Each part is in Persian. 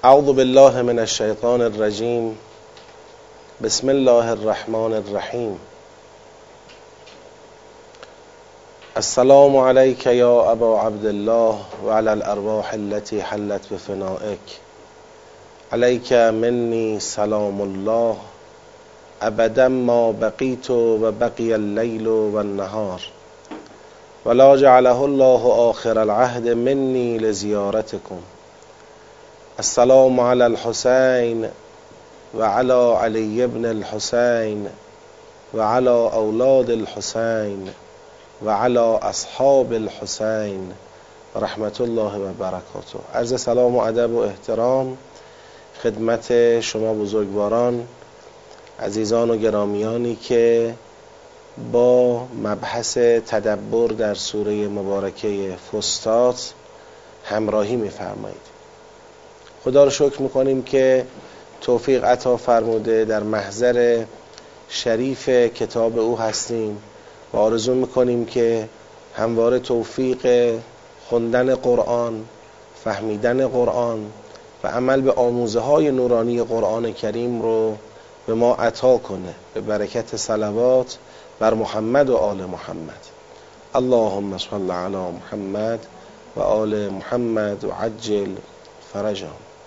اعوذ بالله من الشیطان الرجیم. بسم الله الرحمن الرحیم. السلام علیک یا ابا عبدالله و علی الارواح التي حلت بفنائک. علیک منی سلام الله ابدا ما بقیت و بقی اللیل و النهار ولا جعله الله آخر العهد منی لزیارتکم. السلام علی الحسین و علی علی ابن الحسین و علی اولاد الحسین و علی اصحاب الحسین رحمت الله و برکاته. عرض سلام و ادب و احترام خدمت شما بزرگواران، عزیزان و گرامیانی که با مبحث تدبر در سوره مبارکه فستات همراهی می‌فرمایید. خدا رو شکر میکنیم که توفیق عطا فرموده در محضر شریف کتاب او هستیم و آرزو میکنیم که همواره توفیق خوندن قرآن، فهمیدن قرآن و عمل به آموزه های نورانی قرآن کریم رو به ما عطا کنه به برکت صلوات بر محمد و آل محمد. اللهم صل علی محمد و آل محمد و عجل فرجهم.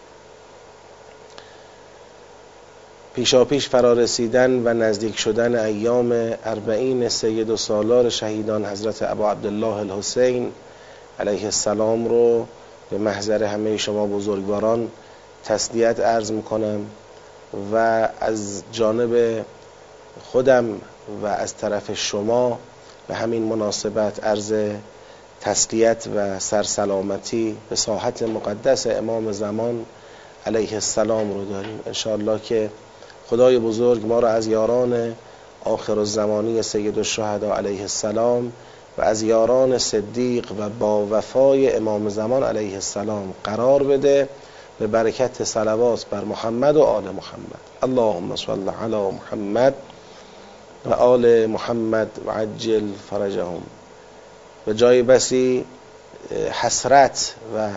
پیشاپیش فرارسیدن و نزدیک شدن ایام 40 سید و سالار شهیدان حضرت ابا عبدالله الحسین علیه السلام رو به محضر همه شما بزرگواران تسلیت عرض میکنم و از جانب خودم و از طرف شما به همین مناسبت عرض تسلیت و سرسلامتی به ساحت مقدس امام زمان علیه السلام رو داریم. انشاءالله که خدای بزرگ ما را از یاران آخر الزمانی سید الشهدا علیه السلام و از یاران صدیق و با وفای امام زمان علیه السلام قرار بده به برکت صلوات بر محمد و آل محمد. اللهم صل علی محمد و آل محمد و عجل فرجهم. به جای بسی حسرت و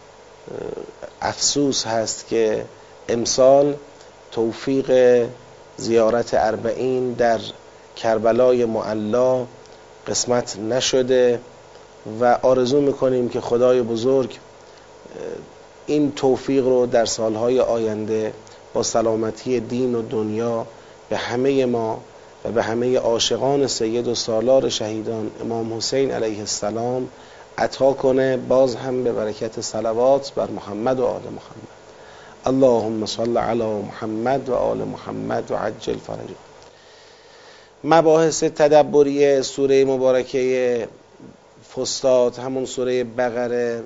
افسوس هست که امسال توفیق زیارت 40 در کربلای معلا قسمت نشده و آرزو میکنیم که خدای بزرگ این توفیق رو در سالهای آینده با سلامتی دین و دنیا به همه ما و به همه عاشقان سید و سالار شهیدان امام حسین علیه السلام عطا کنه، باز هم به برکت صلوات بر محمد و آل محمد. اللهم صل علی محمد و آل محمد و عجل فرجهم. مباحث تدبری سوره مبارکه فستات، همون سوره بقره،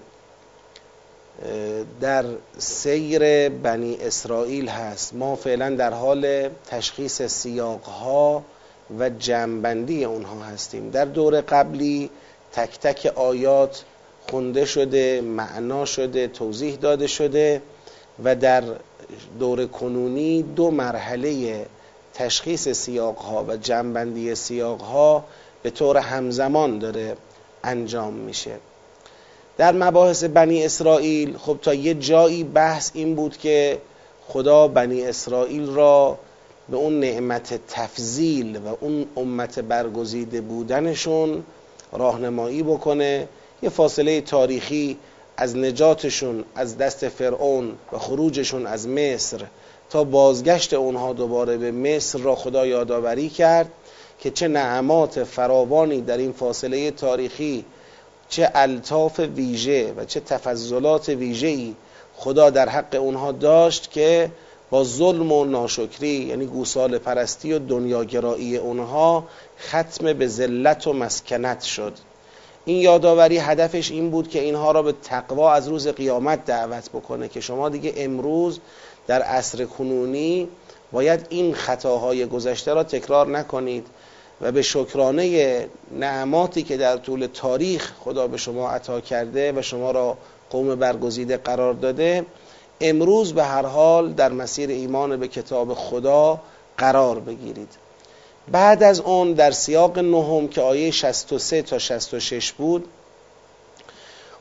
در سیر بنی اسرائیل هست. ما فعلا در حال تشخیص سیاقها و جمع‌بندی اونها هستیم. در دور قبلی تک تک آیات خونده شده، معنا شده، توضیح داده شده و در دور کنونی 2 مرحله تشخیص سیاقها و جمع‌بندی سیاقها به طور همزمان داره انجام میشه. در مباحث بنی اسرائیل خب تا یه جایی بحث این بود که خدا بنی اسرائیل را به اون نعمت تفضیل و اون امت برگزیده بودنشون راهنمایی بکنه. یه فاصله تاریخی از نجاتشون از دست فرعون و خروجشون از مصر تا بازگشت اونها دوباره به مصر را خدا یادآوری کرد که چه نعمات فراوانی در این فاصله تاریخی، چه الطاف ویژه و چه تفضلات ویژه‌ای خدا در حق اونها داشت که با ظلم و ناشکری، یعنی گوساله پرستی و دنیاگرایی اونها، ختم به ذلت و مسکنت شد. این یادآوری هدفش این بود که اینها را به تقوا از روز قیامت دعوت بکنه که شما دیگه امروز در عصر کنونی باید این خطاهای گذشته را تکرار نکنید و به شکرانه نعماتی که در طول تاریخ خدا به شما عطا کرده و شما را قوم برگزیده قرار داده، امروز به هر حال در مسیر ایمان به کتاب خدا قرار بگیرید. بعد از اون در سیاق 9 که آیه 63 تا 66 بود،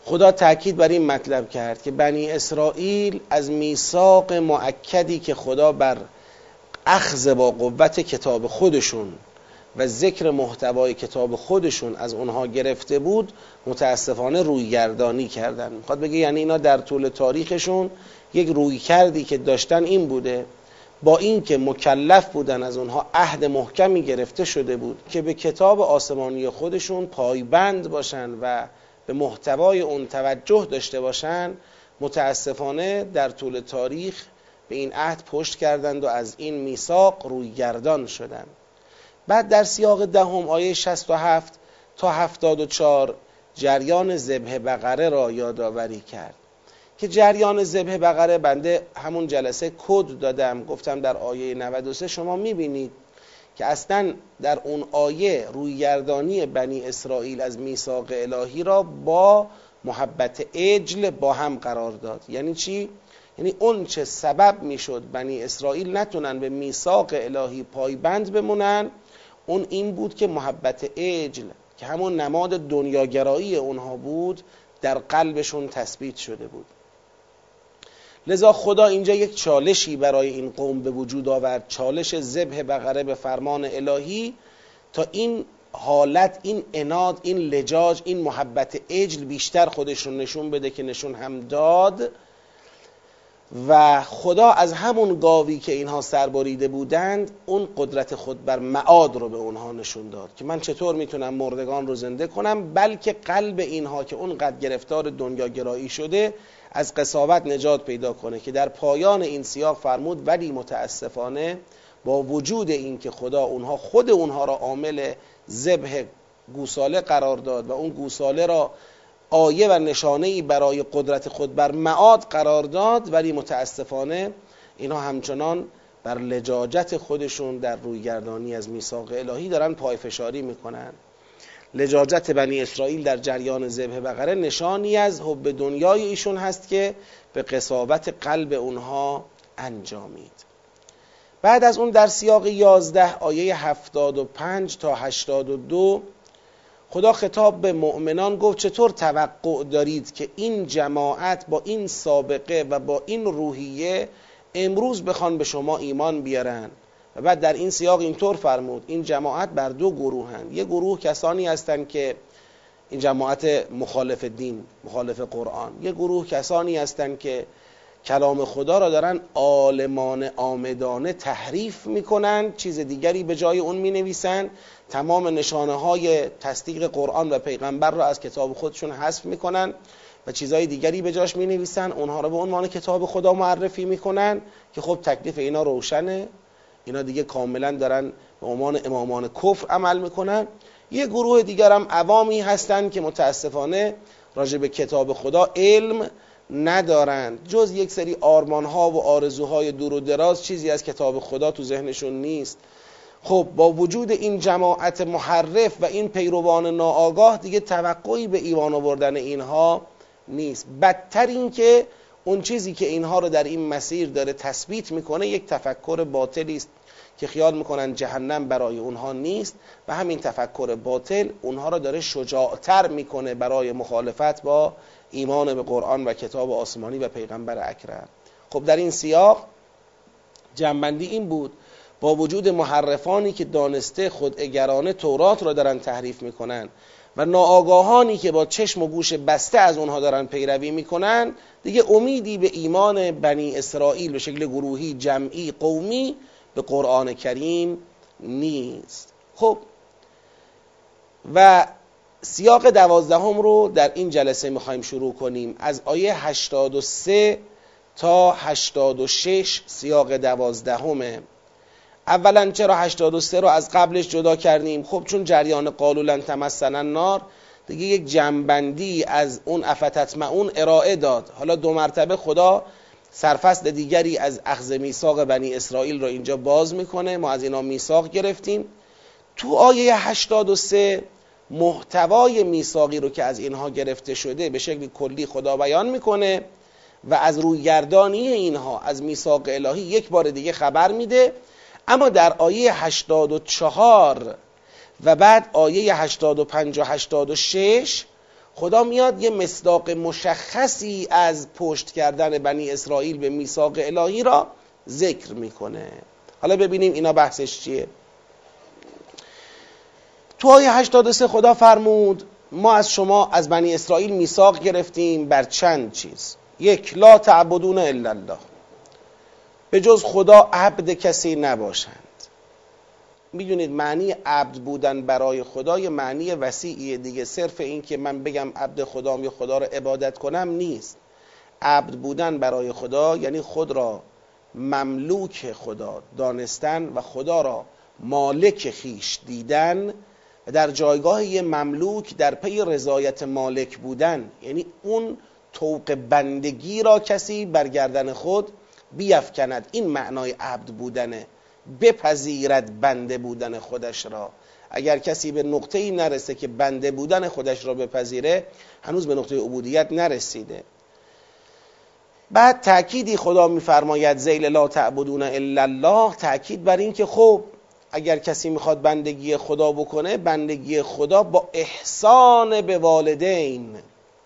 خدا تأکید بر این مطلب کرد که بنی اسرائیل از میثاق مؤکدی که خدا بر اخذ با قوت کتاب خودشون و ذکر محتوای کتاب خودشون از اونها گرفته بود متاسفانه رویگردانی کردن. میخواد بگه یعنی اینا در طول تاریخشون یک رویکردی که داشتن این بوده، با این که مکلف بودن از اونها عهد محکمی گرفته شده بود که به کتاب آسمانی خودشون پایبند باشن و به محتوای اون توجه داشته باشن، متاسفانه در طول تاریخ به این عهد پشت کردند و از این میثاق رویگردان شدند. بعد در سیاق دهم آیه 67 تا 74 جریان ذبح بقره را یادآوری کرد که جریان ذبح بقره بنده همون جلسه کد دادم، گفتم در آیه 93 شما میبینید که اصلا در اون آیه رویگردانی بنی اسرائیل از میثاق الهی را با محبت عجل با هم قرار داد. یعنی چی؟ یعنی اون چه سبب میشد بنی اسرائیل نتونن به میثاق الهی پایبند بمونن، اون این بود که محبت عجل که همون نماد دنیاگرایی اونها بود در قلبشون تثبیت شده بود. لذا خدا اینجا یک چالشی برای این قوم به وجود آورد، چالش ذبح بقره به فرمان الهی، تا این حالت، این عناد، این لجاج، این محبت عجل بیشتر خودشون نشون بده که نشون هم داد. و خدا از همون گاوی که اینها سربریده بودند اون قدرت خود بر معاد رو به اونها نشون داد که من چطور میتونم مردگان رو زنده کنم، بلکه قلب اینها که اونقدر گرفتار دنیاگرایی شده از قساوت نجات پیدا کنه، که در پایان این سیاق فرمود ولی متاسفانه با وجود این که خدا خود اونها را عامل ذبح گوساله قرار داد و اون گوساله را آیه و نشانه‌ای برای قدرت خود بر معاد قرار داد، ولی متاسفانه اینها همچنان بر لجاجت خودشون در رویگردانی از میثاق الهی دارن پایفشاری میکنن. لجاجت بنی اسرائیل در جریان ذبح بقره نشانی از حب دنیای ایشون هست که به قساوت قلب اونها انجامید. بعد از اون در سیاق 11 آیه 75 تا 82 خدا خطاب به مؤمنان گفت چطور توقع دارید که این جماعت با این سابقه و با این روحیه امروز بخوان به شما ایمان بیارن. و بعد در این سیاق اینطور فرمود این جماعت بر دو گروهند. یک گروه کسانی هستند که این جماعت مخالف دین، مخالف قرآن، یک گروه کسانی هستند که کلام خدا را دارن عالمان آمدانه تحریف میکنن، چیز دیگری به جای اون مینویسن، تمام نشانه های تصدیق قرآن و پیغمبر را از کتاب خودشون حذف میکنن و چیزهای دیگری به جاش مینویسن، اونها را به عنوان کتاب خدا معرفی میکنن که خب تکلیف اینا روشنه، اینا دیگه کاملا دارن به عنوان امامان کفر عمل میکنن. یه گروه دیگر هم عوامی هستن که متاسفانه راجع به کتاب خدا علم ندارند، جز یک سری آرمانها و آرزوهای دور و دراز، چیزی از کتاب خدا تو ذهنشون نیست. خب با وجود این جماعت محرف و این پیروان ناآگاه دیگه توقعی به ایمان آوردن اینها نیست. بدتر این که اون چیزی که اینها رو در این مسیر داره تثبیت میکنه یک تفکر باطلی است که خیال میکنن جهنم برای اونها نیست و همین تفکر باطل اونها رو داره شجاعتر میکنه برای مخالفت با ایمان به قرآن و کتاب آسمانی و پیغمبر اکرم. خب در این سیاق جنبندی این بود با وجود محرفانی که دانسته خوداگرانه تورات را دارن تحریف میکنن و ناآگاهانی که با چشم و گوش بسته از اونها دارن پیروی میکنن، دیگه امیدی به ایمان بنی اسرائیل به شکل گروهی، جمعی، قومی به قرآن کریم نیست. خب و سیاق 12 رو در این جلسه میخوایم شروع کنیم. از آیه 83 تا 86 سیاق 12. اولا چرا 83 رو از قبلش جدا کردیم؟ خب چون جریان قالوا لن تمسنا النار دیگه یک جنبندی از اون افتطمعون ارائه داد. حالا دو مرتبه خدا سرفصل دیگری از اخذ میثاق بنی اسرائیل رو اینجا باز میکنه. ما از اینا میثاق گرفتیم. تو آیه 83 محتوای میثاقی رو که از اینها گرفته شده به شکل کلی خدا بیان میکنه و از رویگردانی اینها از میثاق الهی یک بار دیگه خبر میده. اما در آیه 84 و بعد آیه 85 و 86 خدا میاد یه مصداق مشخصی از پشت کردن بنی اسرائیل به میثاق الهی را ذکر میکنه. حالا ببینیم اینا بحثش چیه. تو آیه 83 خدا فرمود ما از شما از بنی اسرائیل میثاق گرفتیم بر چند چیز. یک، لا تعبدون الا الله، به جز خدا عبد کسی نباشند. میدونید معنی عبد بودن برای خدا یه معنی وسیعیه دیگه، صرف این که من بگم عبد خدام یا خدا را عبادت کنم نیست. عبد بودن برای خدا یعنی خود را مملوک خدا دانستن و خدا را مالک خیش دیدن و در جایگاه یه مملوک در پی رضایت مالک بودن، یعنی اون طوق بندگی را کسی بر گردن خود بیفکند. این معنای عبد بودنه، بپذیرد بنده بودن خودش را. اگر کسی به نقطه‌ای نرسه که بنده بودن خودش را بپذیره، هنوز به نقطه عبودیت نرسیده. بعد تأکیدی خدا می‌فرماید ذیل لا تعبدون الا الله، تأکید بر این که خب اگر کسی میخواد بندگی خدا بکنه، بندگی خدا با احسان به والدین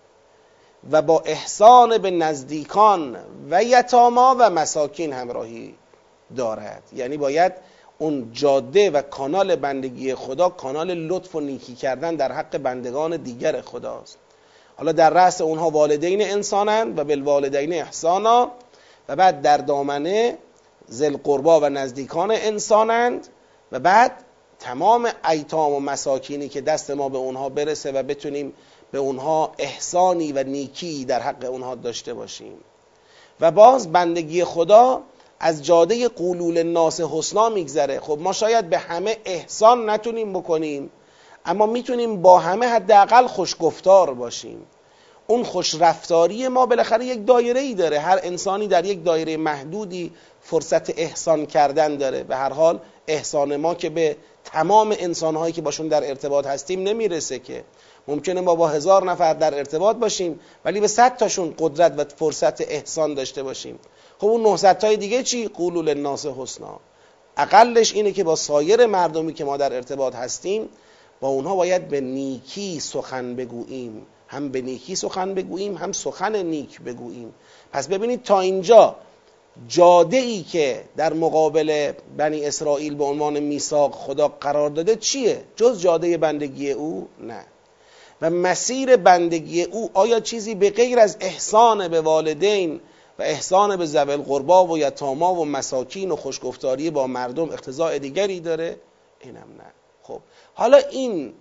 و با احسان به نزدیکان و یتاما و مساکین همراهی دارد. یعنی باید اون جاده و کانال بندگی خدا کانال لطف و نیکی کردن در حق بندگان دیگر خداست. حالا در رأس اونها والدین انسانند و بالوالدین احسانا، و بعد در دامنه ذی القربی و نزدیکان انسانند، و بعد تمام ایتام و مساکینی که دست ما به اونها برسه و بتونیم به اونها احسانی و نیکی در حق اونها داشته باشیم. و باز بندگی خدا از جاده قولول الناس حسنا میگذره. خب ما شاید به همه احسان نتونیم بکنیم، اما میتونیم با همه حداقل خوشگفتار باشیم. اون خوشرفتاری ما بالاخره یک دایره ای داره، هر انسانی در یک دایره محدودی فرصت احسان کردن داره. به هر حال احسان ما که به تمام انسانهایی که باشون در ارتباط هستیم نمیرسه، که ممکنه ما با 1000 نفر در ارتباط باشیم ولی به 100 تاشون قدرت و فرصت احسان داشته باشیم. خب اون 900 تای دیگه چی؟ قولول الناس حسنا. اقلش اینه که با سایر مردمی که ما در ارتباط هستیم با اونها باید به نیکی سخن بگوییم، هم به نیکی سخن بگوییم هم سخن نیک بگوییم. پس ببینید تا اینجا جاده ای که در مقابل بنی اسرائیل به عنوان میثاق خدا قرار داده چیه؟ جز جاده بندگی او؟ نه. و مسیر بندگی او آیا چیزی به غیر از احسان به والدین و احسان به ذوی القربی و یتاما و مساکین و خوشگفتاری با مردم اقتضاء دیگری داره؟ اینم نه. خب حالا این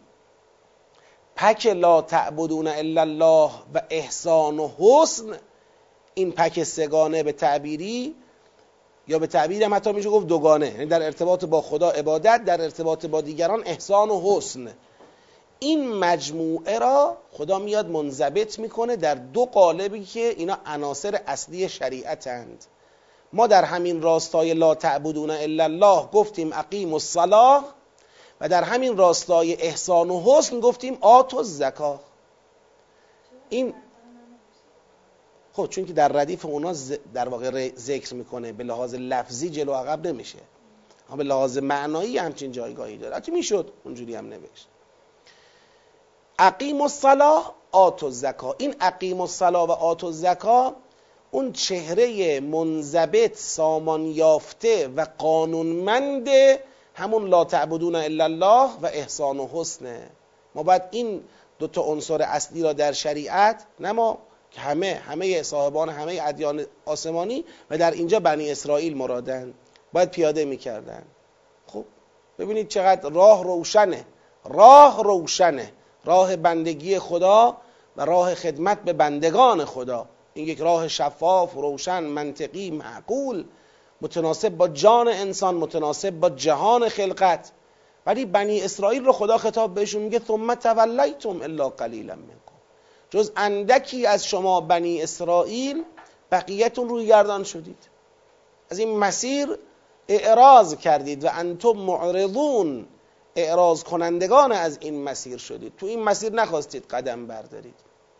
پک لا تعبدون الا الله و احسان و حسن، این پک سگانه به تعبیری یا به تعبیر هم حتی میشه گفت دوگانه، یعنی در ارتباط با خدا عبادت، در ارتباط با دیگران احسان و حسن، این مجموعه را خدا میاد منضبط میکنه در دو قالبی که اینا عناصر اصلی شریعتند. ما در همین راستای لا تعبدون الا الله گفتیم اقیموا الصلاة، و در همین راستای احسان و حسن گفتیم آتوا الزکاة. این خب چون که در ردیف اونا در واقع ذکر میکنه، به لحاظ لفظی جلو عقب نمیشه، اما به لحاظ معنایی همچین جایگاهی داره. حتی میشد اونجوری هم نوشت اقیموا الصلاة آتوا الزکاة. این اقیموا الصلاة و آتوا الزکاة اون چهره منضبط سامان یافته و قانونمند همون لا تعبدون الا الله و احسان و حسنه. ما باید این دوتا عنصر اصلی را در شریعت، نه ما که همه صاحبان همه ادیان آسمانی و در اینجا بنی اسرائیل مرادن، باید پیاده میکردن. خب ببینید چقدر راه روشنه، راه بندگی خدا و راه خدمت به بندگان خدا. این یک راه شفاف، روشن، منطقی، معقول، متناسب با جان انسان، متناسب با جهان خلقت. ولی بنی اسرائیل رو خدا خطاب بهشون میگه ثم تولیتم الا قلیلا منکم، جز اندکی از شما بنی اسرائیل بقیه‌تون روی گردان شدید، از این مسیر اعراض کردید و انتم معرضون، اعراض کنندگان از این مسیر شدید، تو این مسیر نخواستید قدم بردارید.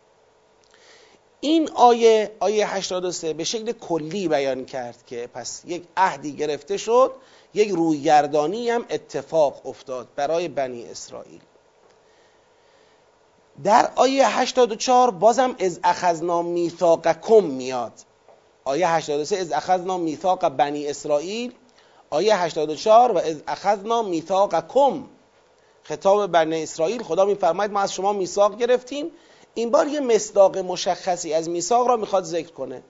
این آیه 83 به شکل کلی بیان کرد که پس یک عهدی گرفته شد، یک رویگردانی هم اتفاق افتاد برای بنی اسرائیل. در آیه 84 بازم از اخذنا میثاقکم میاد. آیه 83 از اخذنا میثاق بنی اسرائیل، آیه 84 و از اخذنا میثاقکم، خطاب بنی اسرائیل. خدا میفرماید ما از شما میثاق گرفتیم. این بار یه مصداق مشخصی از میثاق را میخواد ذکر کنه.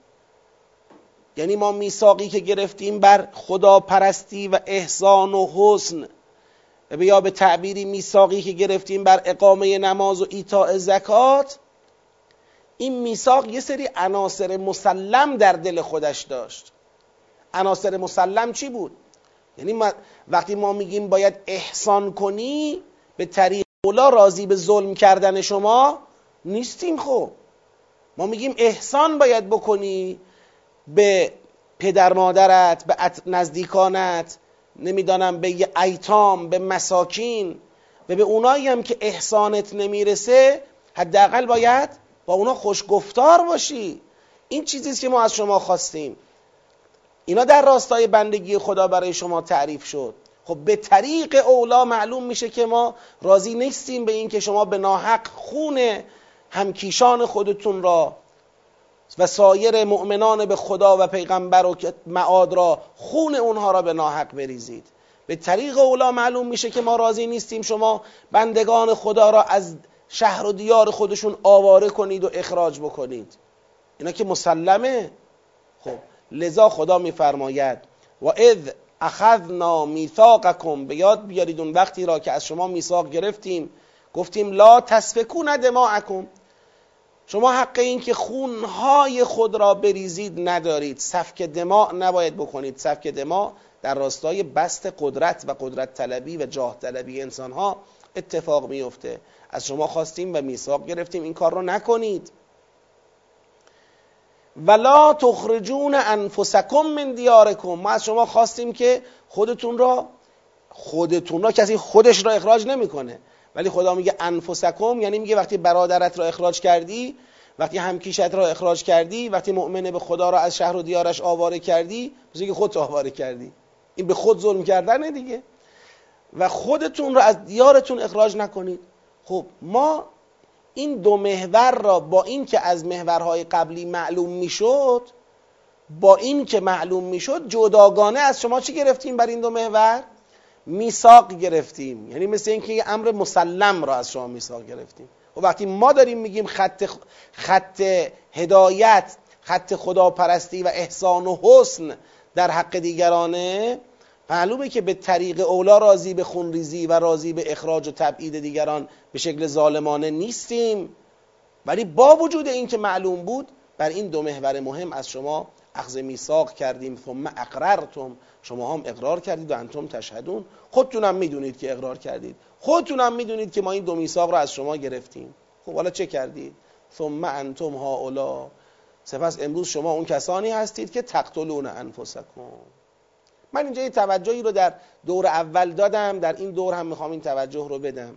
یعنی ما میثاقی که گرفتیم بر خداپرستی و احسان و حسن، یا به تعبیری میثاقی که گرفتیم بر اقامه نماز و ایتاء زکات، این میثاق یه سری عناصر مسلم در دل خودش داشت. عناصر مسلم چی بود؟ یعنی وقتی ما میگیم باید احسان کنی، به طریق اولا راضی به ظلم کردن شما نیستیم. خب ما میگیم احسان باید بکنی به پدر مادرت، به نزدیکانت، نمیدانم به ایتام، به مساکین، و به اونایی هم که احسانت نمیرسه حداقل باید با اونا خوشگفتار باشی. این چیزیست که ما از شما خواستیم. اینا در راستای بندگی خدا برای شما تعریف شد. خب به طریق اولا معلوم میشه که ما راضی نیستیم به این که شما به ناحق خون همکیشان خودتون را و سایر مؤمنان به خدا و پیغمبر و معاد را، خون اونها را به ناحق بریزید. به طریق اولا معلوم میشه که ما راضی نیستیم شما بندگان خدا را از شهر و دیار خودشون آواره کنید و اخراج بکنید. اینا که مسلمه. خب لذا خدا میفرماید و اذ اخذنا میثاقکم، به یاد بیارید اون وقتی را که از شما میثاق گرفتیم، گفتیم لا تسفکون دماءکم، شما حق این که خونهای خود را بریزید ندارید. سفک دماء نباید بکنید. سفک دماء در راستای بسط قدرت و قدرت طلبی و جاه طلبی انسان ها اتفاق میفته. از شما خواستیم و میثاق گرفتیم این کار را نکنید. ولا تخرجون انفسکم من دیارکم، ما از شما خواستیم که خودتون را کسی خودش را اخراج نمیکنه، ولی خدا میگه انفسکم، یعنی میگه وقتی برادرت را اخراج کردی، وقتی همکیشت را اخراج کردی، وقتی مؤمن به خدا را از شهر و دیارش آواره کردی، میگه خودت آواره کردی. این به خود ظلم کردنه دیگه. و خودتون را از دیارتون اخراج نکنید. خب ما این دو محور را با این که از محورهای قبلی معلوم میشد، جداگانه از شما چی گرفتیم؟ بر این دو محور میثاق گرفتیم. یعنی مثل اینکه یه امر مسلم را از شما میثاق گرفتیم. و وقتی ما داریم میگیم خط هدایت، خط خداپرستی و احسان و حسن در حق دیگرانه، معلومه که به طریق اولا راضی به خونریزی و راضی به اخراج و تبعید دیگران به شکل ظالمانه نیستیم. ولی با وجود این که معلوم بود، بر این دو محور مهم از شما اخذ میثاق کردیم. ثم اقررتم، شما هم اقرار کردید و انتم تشهدون، خودتونم میدونید که اقرار کردید، خودتونم میدونید که ما این دو میثاق را از شما گرفتیم. خب حالا چه کردید؟ ثم انتم هؤلاء، سپس امروز شما اون کسانی هستید که تقتلون انفسکم. من اینجا یه توجهی رو در دور اول دادم، در این دور هم میخوام این توجه رو بدم.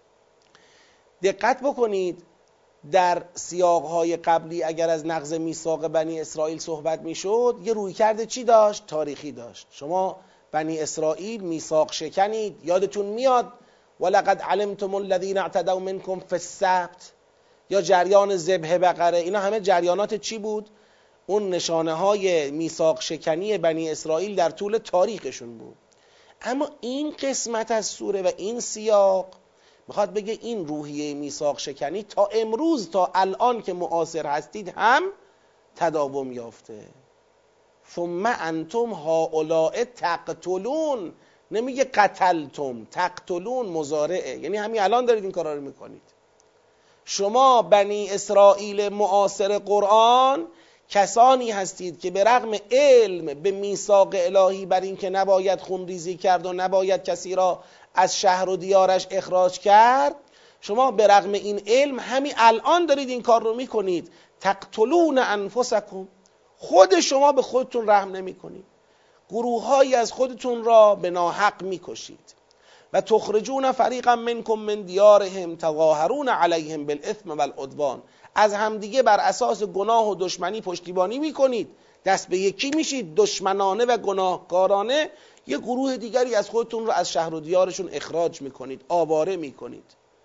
دقت بکنید، در سیاقهای قبلی اگر از نقض میثاق بنی اسرائیل صحبت میشد، یه رویکرد چی داشت؟ تاریخی داشت. شما بنی اسرائیل میثاق شکنید. یادتون میاد ولقد علمتم الذین اعتدوا منکم فی السبت، یا جریان ذبح بقره، اینا همه جریانات چی بود؟ اون نشانه های میثاق شکنی بنی اسرائیل در طول تاریخشون بود. اما این قسمت از سوره و این سیاق میخواد بگه این روحیه میثاق شکنی تا امروز، تا الان که معاصر هستید هم تداوم یافته. ثم انتم هؤلاء تقتلون، نمیگه قتلتم، تقتلون مضارعه، یعنی همین الان دارید این کارا رو میکنید. شما بنی اسرائیل معاصر قرآن کسانی هستید که به رغم علم به میثاق الهی بر این که نباید خونریزی کرد و نباید کسی را از شهر و دیارش اخراج کرد، شما به رغم این علم همین الان دارید این کار رو میکنید. تقتلون انفسکم، خود شما به خودتون رحم نمی کنید، گروههایی از خودتون را به ناحق میکشید. و تخرجون فریقا منکم من دیارهم تظاهرون علیهم بالاثم والعدوان، از همدیگه بر اساس گناه و دشمنی پشتیبانی میکنید، دست به یکی میشید، دشمنانه و گناهکارانه یه گروه دیگری از خودتون رو از شهر و دیارشون اخراج میکنید، آواره میکنید.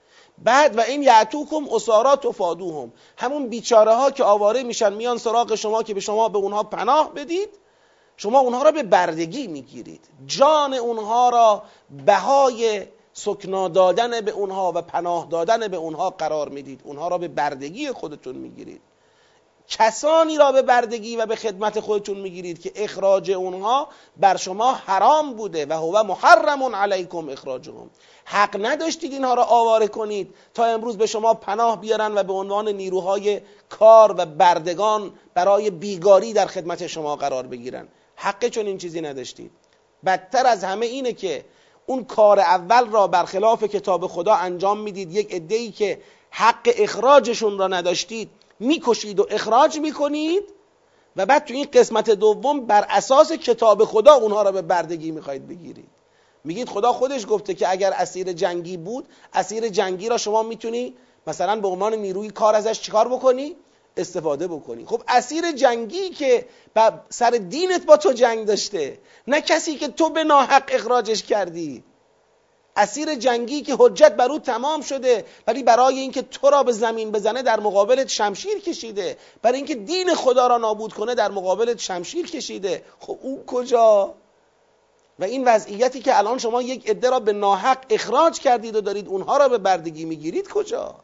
بعد و این یعتوکم اسارا تفادوهم، همون بیچاره ها که آواره میشن میان سراغ شما که به شما به اونها پناه بدید، شما اونها را به بردگی میگیرید، جان اونها را بهای سکنا دادن به اونها و پناه دادن به اونها قرار میدید، اونها را به بردگی خودتون میگیرید. کسانی را به بردگی و به خدمت خودتون میگیرید که اخراج اونها بر شما حرام بوده و هو محرم علیکم اخراجهم. حق نداشتید اینها را آواره کنید تا امروز به شما پناه بیارن و به عنوان نیروهای کار و بردگان برای بیگاری در خدمت شما قرار بگیرن. حق چون این چیزی نداشتید. بدتر از همه اینه که اون کار اول را برخلاف کتاب خدا انجام میدید، یک عده‌ای که حق اخراجشون را نداشتید میکشید و اخراج میکنید و بعد تو این قسمت دوم بر اساس کتاب خدا اونها را به بردگی میخواید بگیرید. میگید خدا خودش گفته که اگر اسیر جنگی بود، اسیر جنگی را شما میتونی مثلا به عنوان نیروی کار ازش چیکار بکنی؟ استفاده بکنی. خب اسیر جنگی که سر دینت با تو جنگ داشته، نه کسی که تو به ناحق اخراجش کردی. اسیر جنگی که حجت بر او تمام شده ولی برای اینکه تو را به زمین بزنه در مقابلت شمشیر کشیده، برای اینکه دین خدا را نابود کنه در مقابلت شمشیر کشیده. خب او کجا؟ و این وضعیتی که الان شما یک عده را به ناحق اخراج کردید و دارید اونها را به بردگی میگیرید کجا؟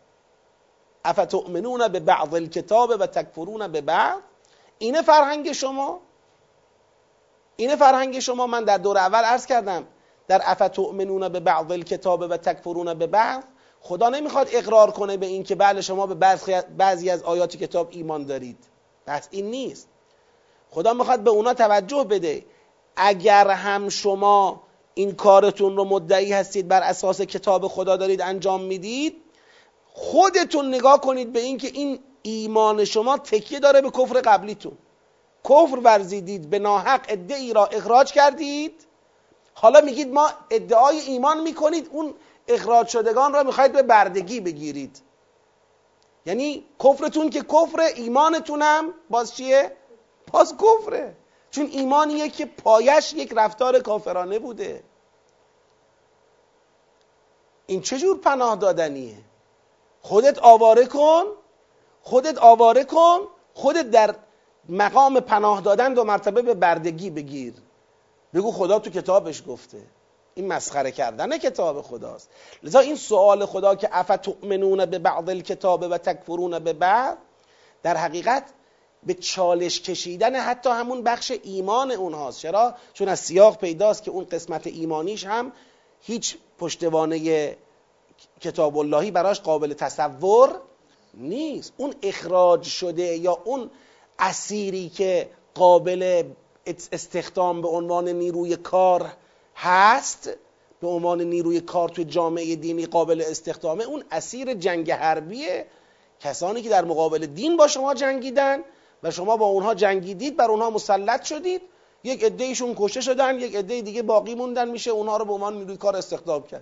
افتؤمنون به بعض الکتاب و تکفرون به بعض. اینه فرهنگ شما؟ اینه فرهنگ شما؟ من در دور اول عرض کردم در افتؤمنون به بعض الکتاب و تکفرون به بعض، خدا نمیخواد اقرار کنه به این که بله شما به بعضی از آیات کتاب ایمان دارید، پس این نیست. خدا میخواد به اونا توجه بده اگر هم شما این کارتون رو مدعی هستید بر اساس کتاب خدا دارید انجام میدید، خودتون نگاه کنید به این که این ایمان شما تکیه داره به کفر قبلیتون. کفر ورزیدید، به ناحق ادعی را اخراج کردید، حالا میگید ما ادعای ایمان میکنید، اون اخراج شدگان را میخواید به بردگی بگیرید. یعنی کفرتون که کفر، ایمانتونم باز چیه؟ باز کفره. چون ایمانیه که پایش یک رفتار کافرانه بوده. این چجور پناه دادنیه؟ خودت آواره کن، خودت در مقام پناه دادن 2 مرتبه به بردگی بگیر. بگو خدا تو کتابش گفته. این مسخره کردن کتاب خداست. لذا این سؤال خدا که افتؤمنون به بعض الکتاب و تکفرون به بعض، در حقیقت به چالش کشیدن حتی همون بخش ایمان اونهاست. چرا؟ چون از سیاق پیداست که اون قسمت ایمانیش هم هیچ پشتوانه کتاب اللهی براش قابل تصور نیست. اون اخراج شده یا اون اسیری که قابل استخدام به عنوان نیروی کار هست، به عنوان نیروی کار توی جامعه دینی قابل استخدامه، اون اسیر جنگ حربیه. کسانی که در مقابل دین با شما جنگیدن و شما با اونها جنگیدید، بر اونها مسلط شدید، یک عده‌ایشون کشته شدن، یک عده دیگه باقی موندن، میشه اونها رو به عنوان نیروی کار استخدام کرد.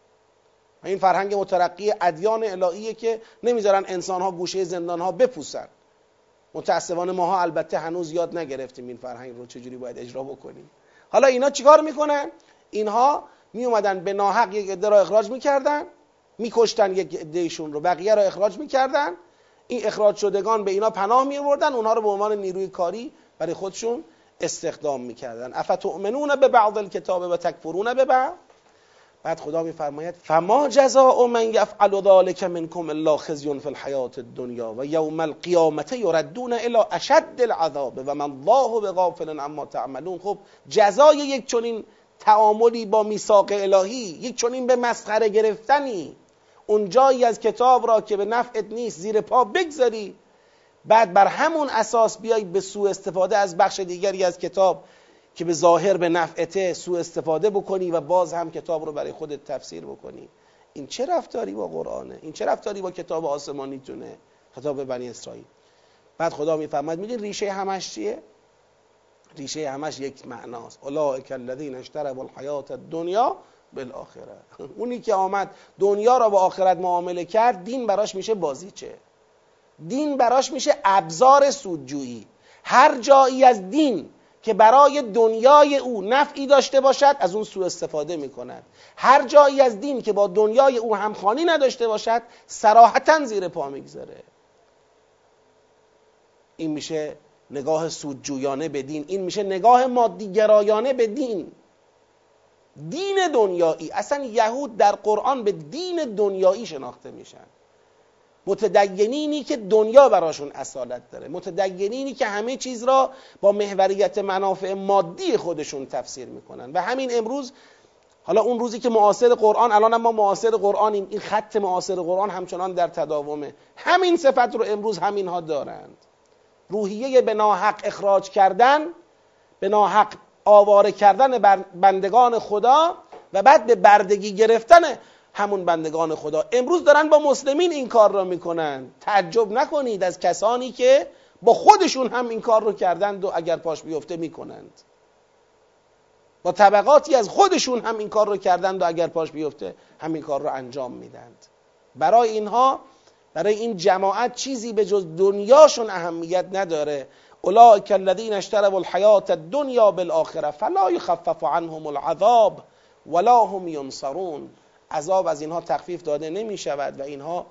این فرهنگ مترقی ادیان الهیه که نمیذارن انسان‌ها گوشه زندان‌ها بپوسن. متاسفانه ماها البته هنوز یاد نگرفتیم این فرهنگ رو چجوری باید اجرا بکنیم. حالا اینا چیکار میکنن؟ اینها می اومدن به ناحق یک عده را اخراج میکردن، میکشتن یک عدهشون رو، بقیه را اخراج میکردن. این اخراج شدگان به اینا پناه میآوردن، اونها رو به عنوان نیروی کاری برای خودشون استخدام میکردن. افتؤمنون به بعض الکتاب و تکفرون به بعض. بعد خدا میفرماید فما جزاء من یفعل ذلک منکم الا خزی فی الحیاة الدنیا و یوم القیامة یردون الی اشد العذاب و من الله بغافل عما تعملون. خب جزای یک چنین تعاملی با میثاق الهی، یک چنین به مسخره گرفتنی، اون جایی از کتاب را که به نفعت نیست زیر پا بگذاری، بعد بر همون اساس بیای به سوء استفاده از بخش دیگری از کتاب که به ظاهر به نفعته سوء استفاده بکنی و باز هم کتاب رو برای خودت تفسیر بکنی. این چه رفتاری با قرآنه؟ این چه رفتاری با کتاب آسمانی تونه؟ خطاب بنی اسرائیل. بعد خدا میفرماید میگه ریشه همش چیه؟ ریشه همش یک معناست. اولئک الذین اشتروا الحیاة الدنیا بالآخره. اونی که آمد دنیا را با آخرت معامله کرد، دین براش میشه بازیچه، دین براش میشه ابزار سودجویی. هر جایی از دین که برای دنیای او نفعی داشته باشد از اون سوء استفاده میکنند. هر جایی از دین که با دنیای او همخوانی نداشته باشد صراحتاً زیر پا میگذاره. این میشه نگاه سودجویانه به دین، این میشه نگاه مادیگرایانه به دین. دین دنیایی، اصلا یهود در قرآن به دین دنیایی شناخته میشن. متدینینی که دنیا براشون اصالت داره، متدینینی که همه چیز را با محوریت منافع مادی خودشون تفسیر میکنن. و همین امروز، حالا اون روزی که معاصر قرآن، الان ما معاصر قرآنیم، این خط معاصر قرآن همچنان در تداومه، همین صفت رو امروز همینها دارند. روحیه به ناحق اخراج کردن، به ناحق آواره کردن بندگان خدا و بعد به بردگی گرفتن همون بندگان خدا. امروز دارن با مسلمین این کار را میکنن. تعجب نکنید از کسانی که با خودشون هم این کار رو کردند و اگر پاش بیفته میکنند. با طبقاتی از خودشون هم این کار رو کردند و اگر پاش بیفته همین کار رو انجام میدند. برای اینها، برای این جماعت چیزی به جز دنیاشون اهمیت نداره. اولئک الذین اشتروا الحیاة الدنیا بالآخرة فلا یخفف عنهم العذاب ولا هم ینصرون. عذاب از اینها تخفیف داده نمی شود و اینها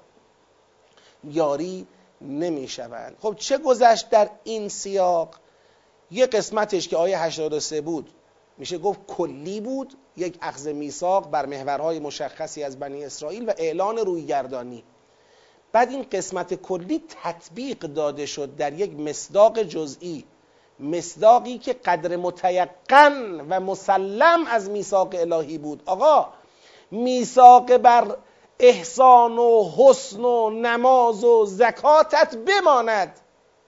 یاری نمی شوند. خب چه گذشت در این سیاق؟ یه قسمتش که آیه 83 بود میشه گفت کلی بود، یک اخذ میثاق بر محورهای مشخصی از بنی اسرائیل و اعلان رویگردانی. بعد این قسمت کلی تطبیق داده شد در یک مصداق جزئی، مصداقی که قدر متیقن و مسلم از میثاق الهی بود. آقا میثاق بر احسان و حسن و نماز و زکاتت بماند،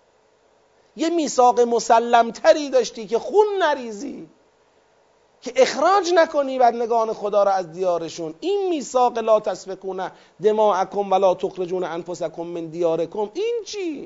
یه میثاق مسلم تری داشتی که خون نریزی، که اخراج نکنی بندگان خدا را از دیارشون. این میثاق لا تسفکون دماءکم ولا تخرجون انفسکم من دیارکم، این چی؟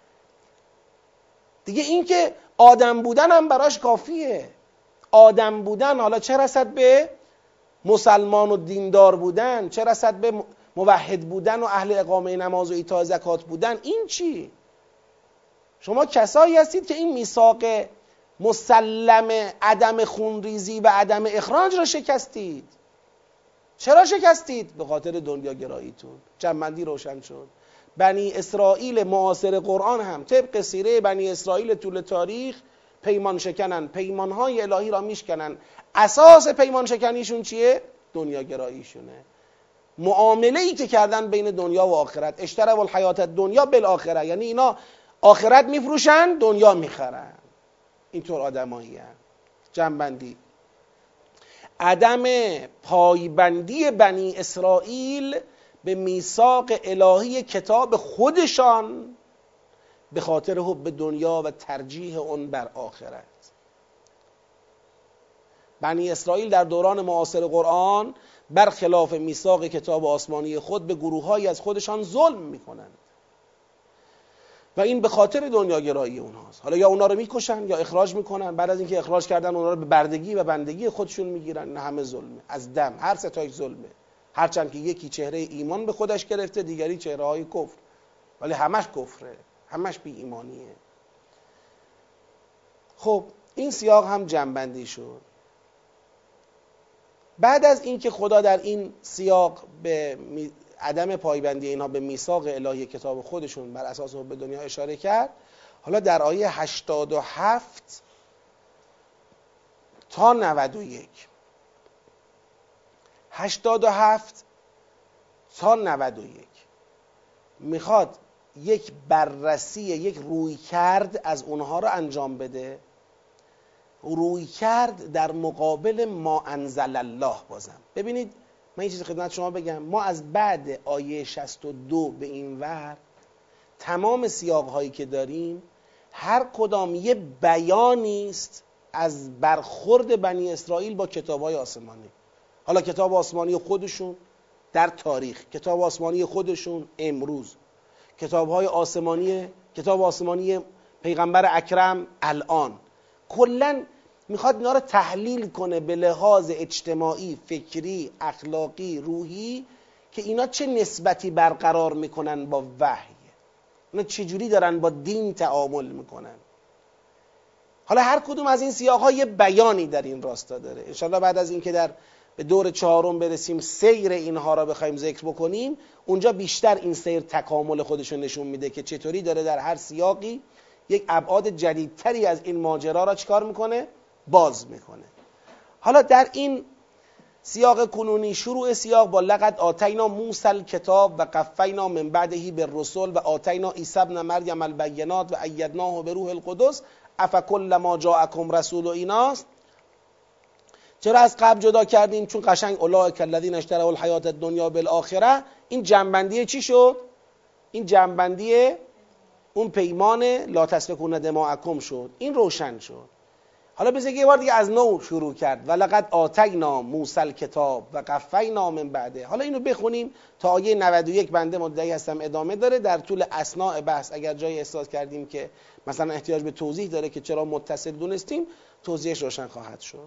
دیگه این که آدم بودن هم براش کافیه. آدم بودن، حالا چه رسد به مسلمان و دیندار بودن، چه رسد به موحد بودن و اهل اقامه نماز و ایتاء زکات بودن، این چی؟ شما کسایی هستید که این میثاق مسلم عدم خونریزی و عدم اخراج را شکستید. چرا شکستید؟ به خاطر دنیاگراییتون. جنبندی روشن شد. بنی اسرائیل معاصر قرآن هم طبق سیره بنی اسرائیل طول تاریخ پیمان شکنن، پیمانهای الهی را میشکنن. اساس پیمان شکنیشون چیه؟ دنیاگراییشونه. معامله‌ای که کردن بین دنیا و آخرت. اشتروا الحیاة الدنیا بالآخرة، یعنی اینا آخرت میفروشن، دنیا میخرن. اینطور آدمایی هستند. جنبندی: عدم پایبندی بنی اسرائیل به میثاق الهی کتاب خودشان به خاطر حب دنیا و ترجیح اون بر آخرت. بنی اسرائیل در دوران معاصر قرآن برخلاف میثاق کتاب آسمانی خود به گروه‌هایی از خودشان ظلم میکنند و این به خاطر دنیاگرایی اونهاست. حالا یا اونا رو میکشن یا اخراج میکنن، بعد از اینکه اخراج کردن اونا رو به بردگی و بندگی خودشون میگیرن. نه، همه ظلمه، از دم هر ستایش ظلمه. هرچند که یکی چهره ایمان به خودش گرفته، دیگری چهره های کفر، ولی همش کفره، همش بی ایمانیه. خب این سیاق هم جنبندی شد. بعد از اینکه خدا در این سیاق به عدم پایبندی اینها به میثاق الهی کتاب خودشون بر اساس حب دنیا اشاره کرد، حالا در آیه 87 تا 91 میخواد یک بررسی، یک رویکرد از اونها رو انجام بده. رویکرد در مقابل ما انزل الله. بازم ببینید، من این چیزی خدمت شما بگم، ما از بعد آیه 62 به این ور تمام سیاق‌هایی که داریم هر کدام یه بیانی است از برخورد بنی اسرائیل با کتاب‌های آسمانی. حالا کتاب آسمانی خودشون در تاریخ، کتاب آسمانی خودشون امروز، کتاب آسمانی پیغمبر اکرم الان، کلاً میخواد اینا رو تحلیل کنه به لحاظ اجتماعی، فکری، اخلاقی، روحی، که اینا چه نسبتی برقرار میکنن با وحی، اینا چجوری دارن با دین تعامل میکنن. حالا هر کدوم از این سیاق‌ها یه بیانی در این راستا داره. انشاءالله بعد از اینکه به دور چهارم برسیم سیر اینها را بخوایم ذکر بکنیم، اونجا بیشتر این سیر تکامل خودشون نشون میده که چطوری داره در هر سیاقی یک ابعاد جدیدتری از این ماجرا را چیکار میکنه؟ باز میکنه. حالا در این سیاق کنونی شروع سیاق با لقد آتینا موسی الکتاب و قفینا من بعده بالرسل و آتینا عیسی ابن مریم البینات و ایدناه بروح القدس افکلما جاءکم رسول. و ایناست چرا از قبل جدا کردیم؟ چون قشنگ اولئک الذین اشتروا الحیات الدنیا بالآخره. این جنبندی چی شد؟ این جنبندی اون پیمان لا تسفکون دماءکم شد. این روشن شد. حالا بذارید یه بار دیگه از نو شروع کرد. ولقد آتینا موسی الکتاب و قفینا من بعده. حالا اینو بخونیم تا آیه 91. بنده مدعی هستم ادامه داره. در طول اثناء بحث اگر جایی احساس کردیم که مثلا احتیاج به توضیح داره که چرا متصل دونستیم، توضیحش روشن خواهد شد.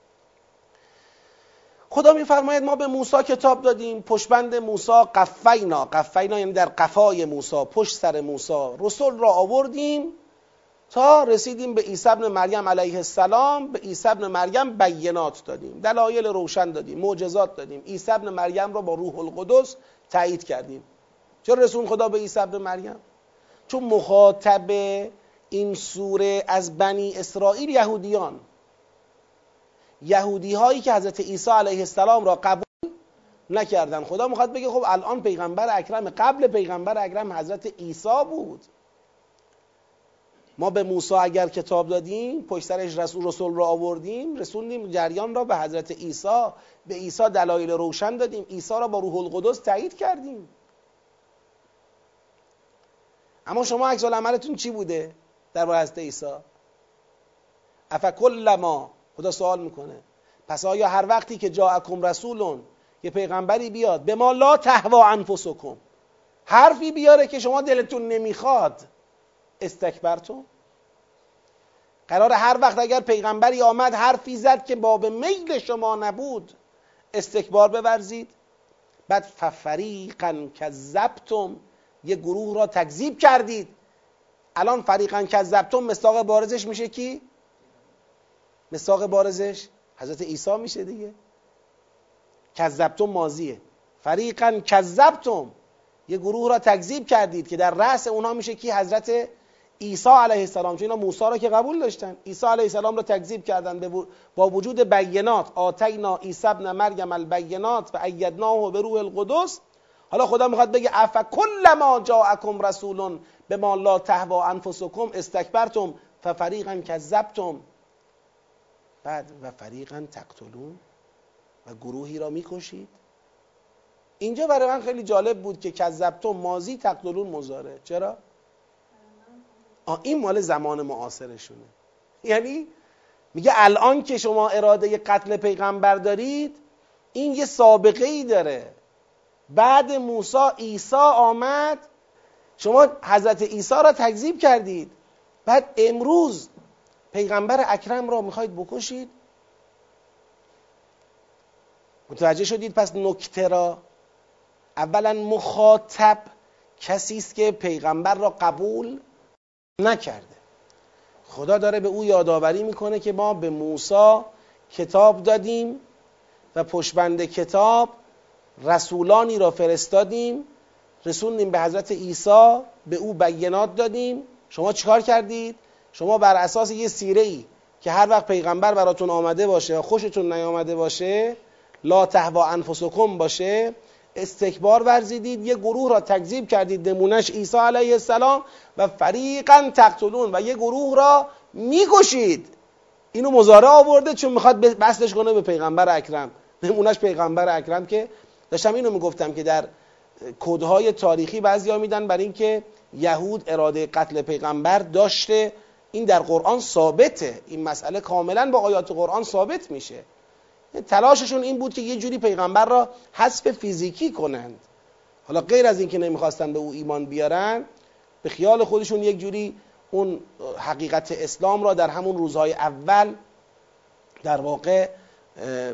خدا میفرماید ما به موسی کتاب دادیم، پشتبند موسی قفینا یعنی در قفای موسی، پشت سر موسی رسول را آوردیم تا رسیدیم به عیسی ابن مریم علیه السلام. به عیسی ابن مریم بینات دادیم، دلایل روشن دادیم، معجزات دادیم. عیسی ابن مریم را با روح القدس تایید کردیم. چرا رسول خدا به عیسی ابن مریم؟ چون مخاطب این سوره از بنی اسرائیل یهودی هایی که حضرت عیسی علیه السلام را قبول نکردن. خدا میخواد بگه خب الان پیغمبر اکرم، قبل پیغمبر اکرم حضرت عیسی بود. ما به موسی اگر کتاب دادیم، پشت سرش رسول را آوردیم، رسوندیم جریان را به حضرت عیسی، به عیسی دلایل روشن دادیم، عیسی را با روح القدس تایید کردیم. اما شما عکس العملتون چی بوده در مورد حضرت عیسی؟ افکلما، خدا سوال میکنه، پس آیا هر وقتی که جاءکم رسولون، یه پیغمبری بیاد، به ما لا تهوا انفسکم، حرفی بیاره که شما دلتون نمیخواد، استکبرتم؟ قرار هر وقت اگر پیغمبری آمد حرفی زد که باب میل شما نبود، استکبار بورزید؟ بعد ففریقا کذبتم، یه گروه را تکذیب کردید. الان فریقا کذبتم مصداق بارزش میشه کی؟ مصداق بارزش حضرت عیسی میشه دیگه. کذبتم ماضیه، فریقا کذبتم، یه گروه را تکذیب کردید که در رأس اونها میشه کی؟ حضرت عیسی علیه السلام. چون اینا موسی را که قبول داشتن، عیسی علیه السلام را تکذیب کردن با وجود بینات. آتینا عیسی ابن مریم البینات و ایدناه بروح القدس. حالا خدا میخواد بگه افکلما جاءکم رسول بما لا تهوا انفسکم استکبرتم ففریقا کذبتم. بعد و فریقا تقتلون، و گروهی را میکشید. اینجا برای من خیلی جالب بود که کذبتم ماضی، تقتلون مضارع. چرا؟ این مال زمان معاصرشونه. یعنی میگه الان که شما اراده قتل پیغمبر دارید، این یه سابقه ای داره. بعد موسی عیسی آمد، شما حضرت عیسی را تکذیب کردید، بعد امروز پیغمبر اکرم را میخواید بکشید. متوجه شدید؟ پس نکته را، اولا مخاطب کسی است که پیغمبر را قبول نکرده. خدا داره به او یادآوری میکنه که ما به موسی کتاب دادیم و پشتبند کتاب رسولانی را فرستادیم، رسوندیم به حضرت عیسی، به او بینات دادیم. شما چیکار کردید؟ شما بر اساس یه سیره ای که هر وقت پیغمبر براتون آمده باشه خوشتون نیامده باشه، لا تهوا انفسکم باشه، استکبار ورزیدید، یه گروه را تکذیب کردید، نمونش عیسی علیه السلام، و فریقا تقتلون، و یه گروه را میکشید. اینو مضارع آورده چون میخواد بسش کنه به پیغمبر اکرم، نمونش پیغمبر اکرم. که داشتم اینو میگفتم که در کدهای تاریخی بعضیا میدن برای اینکه یهود اراده قتل پیغمبر داشته. این در قرآن ثابته، این مسئله کاملا با آیات قرآن ثابت میشه. تلاششون این بود که یه جوری پیغمبر را حذف فیزیکی کنند. حالا غیر از این که نمیخواستن به او ایمان بیارن، به خیال خودشون یک جوری اون حقیقت اسلام را در همون روزهای اول در واقع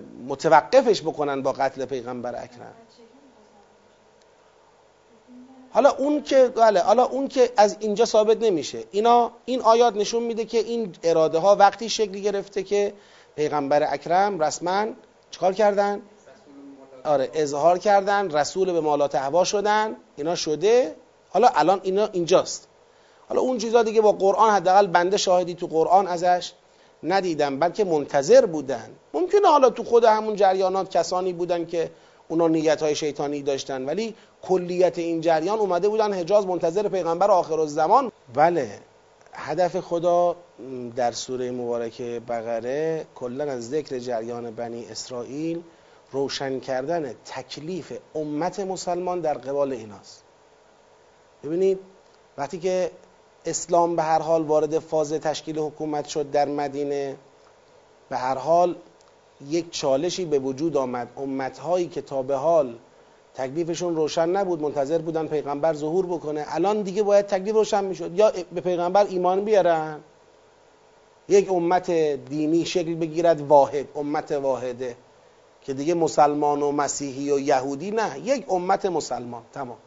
متوقفش بکنن با قتل پیغمبر اکرم. حالا اون که از اینجا ثابت نمیشه. این آیات نشون میده که این اراده ها وقتی شکلی گرفته که پیغمبر اکرم رسما چیکار کردن؟ اظهار کردن، رسول به ما لا تهوا شدن، اینا شده. حالا الان اینا اینجاست. حالا اون چیزا دیگه با قرآن حداقل بنده شاهدی تو قرآن ازش ندیدم، بلکه منتظر بودن. ممکنه حالا تو خود همون جریانات کسانی بودن که اونا نیت‌های شیطانی داشتن، ولی کلیت این جریان اومده بودن حجاز منتظر پیغمبر آخرالزمان. بله، هدف خدا در سوره مبارکه بقره کلا از ذکر جریان بنی اسرائیل روشن کردن تکلیف امت مسلمان در قبال ایناست. ببینید وقتی که اسلام به هر حال وارد فاز تشکیل حکومت شد در مدینه، به هر حال یک چالشی به وجود آمد. امت‌هایی که تا به حال تکلیفشون روشن نبود منتظر بودن پیغمبر ظهور بکنه، الان دیگه باید تکلیف روشن میشد، یا به پیغمبر ایمان بیارن، یک امت دینی شکل بگیرد واحد، امت واحده که دیگه مسلمان و مسیحی و یهودی نه، یک امت مسلمان تمام.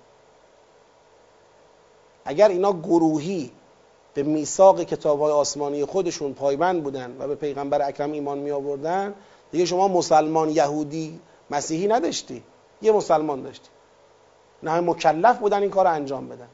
اگر اینا گروهی به میثاق کتاب‌های آسمانی خودشون پایبند بودن و به پیغمبر اکرم ایمان می آوردن، دیگه شما مسلمان، یهودی، مسیحی نداشتی، یه مسلمان داشتی. نه مکلف بودن این کار رو انجام بدن.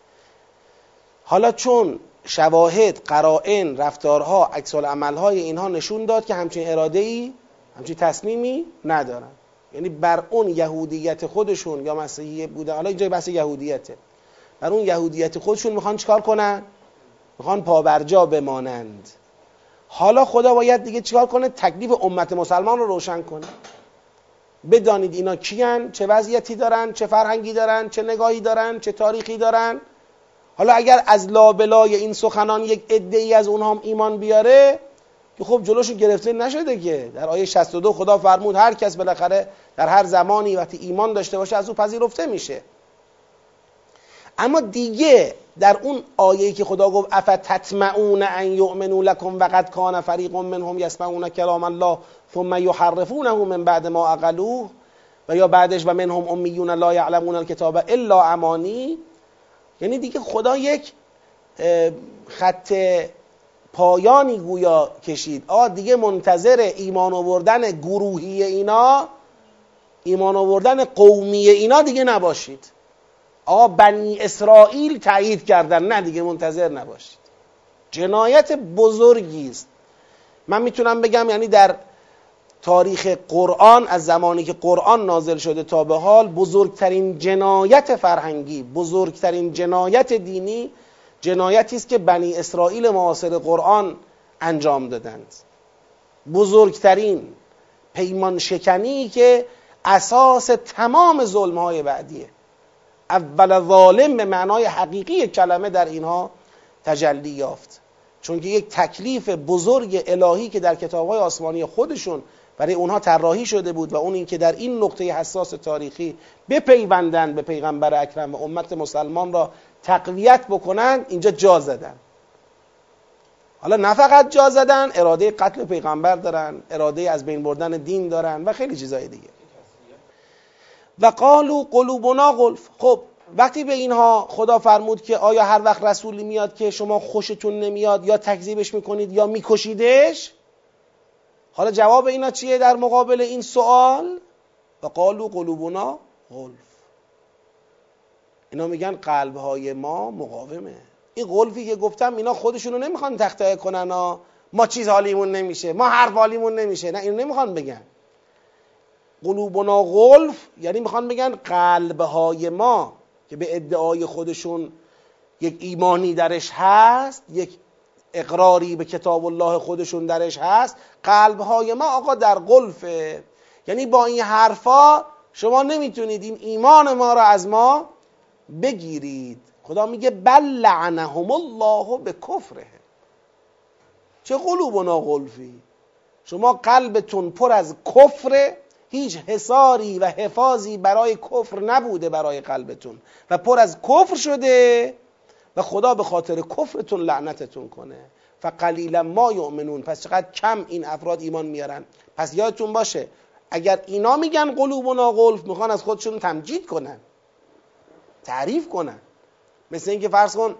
حالا چون شواهد، قرائن، رفتارها، عکس‌العمل‌های اینها نشون داد که همچین اراده‌ای، همچین تصمیمی ندارن، یعنی بر اون یهودیت خودشون یا مسیحی بوده، حالا اینجا بحث یهودیته، بر اون یهودیت خودشون میخوان چیکار کنن؟ میخوان پابرجا بمانند. حالا خدا باید دیگه چیکار کنه؟ تکلیف امت مسلمان رو روشن کنه. بدانید اینا کیان، چه وضعیتی دارن، چه فرهنگی دارن، چه نگاهی دارن، چه تاریخی دارن. حالا اگر از لابلای این سخنان یک عده‌ای از اونها هم ایمان بیاره که خب جلوشو گرفته نشده که. در آیه 62 خدا فرمود هر کس بالاخره در هر زمانی وقتی ایمان داشته باشه از او پذیرفته میشه. اما دیگه در اون آیه‌ای که خدا گفت افتطمعون ان یؤمنوا لکم وقد کان فریق منهم یسمعون کلام الله ثم یحرفونه من بعد ما عقلوه، و یا بعدش و منهم امیون لا یعلمون الکتاب الا امانی، یعنی دیگه خدا یک خط پایانی گویا کشید. دیگه منتظر ایمان آوردن گروهی اینا، ایمان آوردن قومی اینا دیگه نباشید. بنی اسرائیل تایید کردن، نه دیگه منتظر نباشید. جنایت بزرگی است. من میتونم بگم یعنی در تاریخ قرآن، از زمانی که قرآن نازل شده تا به حال، بزرگترین جنایت فرهنگی، بزرگترین جنایت دینی، جنایتی است که بنی اسرائیل معاصر قرآن انجام دادند. بزرگترین پیمان شکنی که اساس تمام ظلم‌های بعدیه. اول ظالم به معنای حقیقی کلمه در اینها تجلی یافت، چون که یک تکلیف بزرگ الهی که در کتاب‌های آسمانی خودشون برای اونها طراحی شده بود و اون این که در این نقطه حساس تاریخی بپیوندن به پیغمبر اکرم و امت مسلمان را تقویت بکنن، اینجا جا زدن. حالا نه فقط جا زدن، اراده قتل پیغمبر دارن، اراده از بین بردن دین دارن و خیلی چیزای دیگه. و قالوا قلوبنا غلف. خب وقتی به اینها خدا فرمود که آیا هر وقت رسولی میاد که شما خوشتون نمیاد یا تکذیبش میکنید یا میکشیدش، حالا جواب اینا چیه در مقابل این سوال؟ و قالوا قلوبنا غلف. اینا میگن قلبهای ما مقاومه. این غلفی که گفتم اینا خودشونو نمیخوان تخطئه کنن، ما چیز حالیمون نمیشه، ما حرف حالیمون نمیشه، نه اینو نمیخوان بگن. قلوبنا غلف یعنی میخوان بگن قلبهای ما که به ادعای خودشون یک ایمانی درش هست، یک اقراری به کتاب الله خودشون درش هست، قلبهای ما آقا در غلفه. یعنی با این حرفا شما نمیتونید این ایمان ما را از ما بگیرید. خدا میگه بل لعنهم الله به کفره. چه قلوبنا غلفی؟ شما قلبتون پر از کفره، هیچ حصاری و حفاظی برای کفر نبوده برای قلبتون و پر از کفر شده و خدا به خاطر کفرتون لعنتتون کنه. فقلیلا ما یؤمنون. پس چقدر کم این افراد ایمان میارن. پس یادتون باشه اگر اینا میگن قلوبنا غلف، میخوان از خودشون تمجید کنن، تعریف کنن. مثل اینکه فرض کن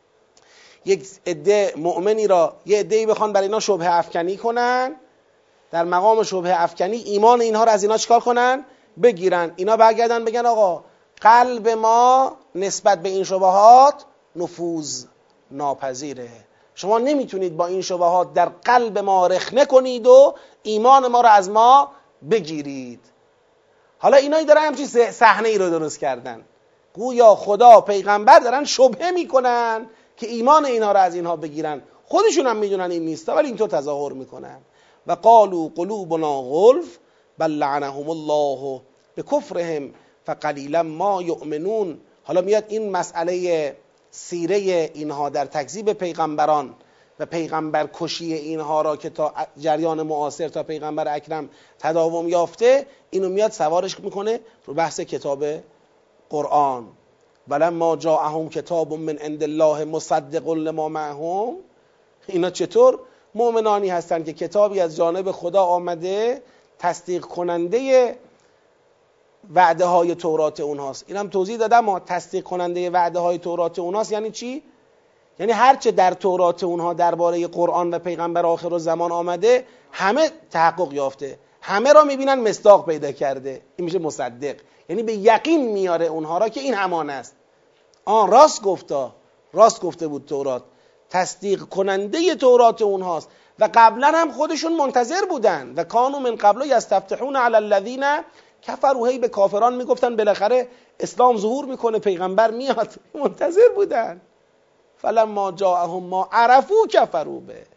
یک عده مؤمنی را یه عده‌ای بخوان برای اینا شبهه افکنی کنن، در مقام شبهه افکنی ایمان اینها رو از اینا چیکار کنن؟ بگیرن. اینا برگردن بگن آقا قلب ما نسبت به این شبهات نفوذ ناپذیره، شما نمیتونید با این شبهات در قلب ما رخنه کنید و ایمان ما رو از ما بگیرید. حالا اینایی دارن همچین صحنه ای رو درست کردن، گویا خدا پیغمبر دارن شبهه میکنن که ایمان اینها رو از اینها بگیرن، خودشون هم میدونن این نیست ولی اینطور تظاهر میکنن. و قالوا قلوبنا غلف بل لعنهم الله بکفرهم فقلیلا ما یؤمنون. حالا میاد این مسئله سیره اینها در تکذیب پیغمبران و پیغمبر کشی اینها را که تا جریان معاصر تا پیغمبر اکرم تداوم یافته، اینو میاد سوارش میکنه رو بحث کتاب قرآن. ولما جاءهم کتاب من عند الله مصدق لما معهم. اینا چطور مؤمنانی هستند که کتابی از جانب خدا آمده تصدیق کننده وعده های تورات اونهاست. اینم توضیح دادم، ما تصدیق کننده وعده های تورات اونهاست یعنی چی؟ یعنی هرچه در تورات اونها درباره قرآن و پیغمبر آخرالزمان آمده همه تحقق یافته، همه را میبینن مصداق پیدا کرده، این میشه مصدق. یعنی به یقین میاره اونها را که این همان است. راست گفته بود تورات، تصدیق کننده تورات اونهاست. و قبلا هم خودشون منتظر بودن و کانوا من قبل یستفتحون علی الذین کفروا، هی به کافران میگفتن بالاخره اسلام ظهور میکنه، پیغمبر میاد، منتظر بودن. فلما جاءهم ما عرفوا کفروا به.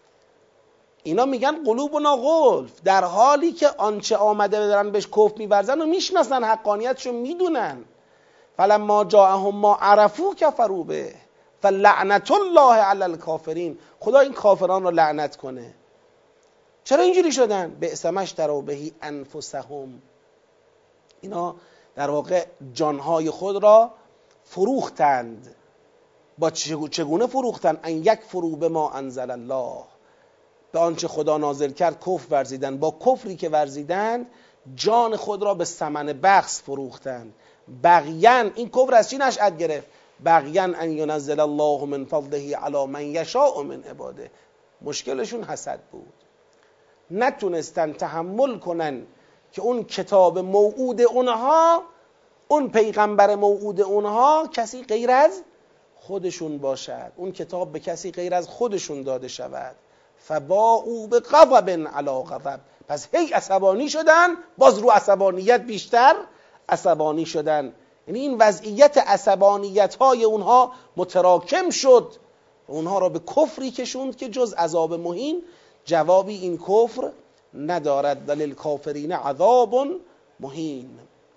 اینا میگن قلوبنا غلف، در حالی که آنچه آمده دارن بهش کفر میورزن و میشناسن، حقانیتشو میدونن. فلما جاءهم ما عرفوا کفروا به فلعنت الله علی الکافرین. خدا این کافران را لعنت کنه. چرا اینجوری شدن؟ بئس ما اشتروا به انفسهم. اینا در واقع جانهای خود را فروختند. با چگونه فروختند؟ ان یکفروا بما انزل الله، به آنچه خدا نازل کرد کفر ورزیدند. با کفری که ورزیدند جان خود را به ثمن بخس فروختند. بغیاً، این کفر از چی نشأت گرفت؟ بغیاً ان ینزل الله من فضله علی من یشاء من عباده. مشکلشون حسد بود، نتونستن تحمل کنن که اون کتاب موعود اونها، اون پیغمبر موعود اونها کسی غیر از خودشون باشد، اون کتاب به کسی غیر از خودشون داده شود. فباءوا بغضب علی غضب. پس هی عصبانی شدن، باز رو عصبانیت بیشتر عصبانی شدن. یعنی این وضعیت عصبانیت های اونها متراکم شد، اونها را به کفری کشوند که جز عذاب مهین جوابی این کفر ندارد. وللکافرین عذاب مهین.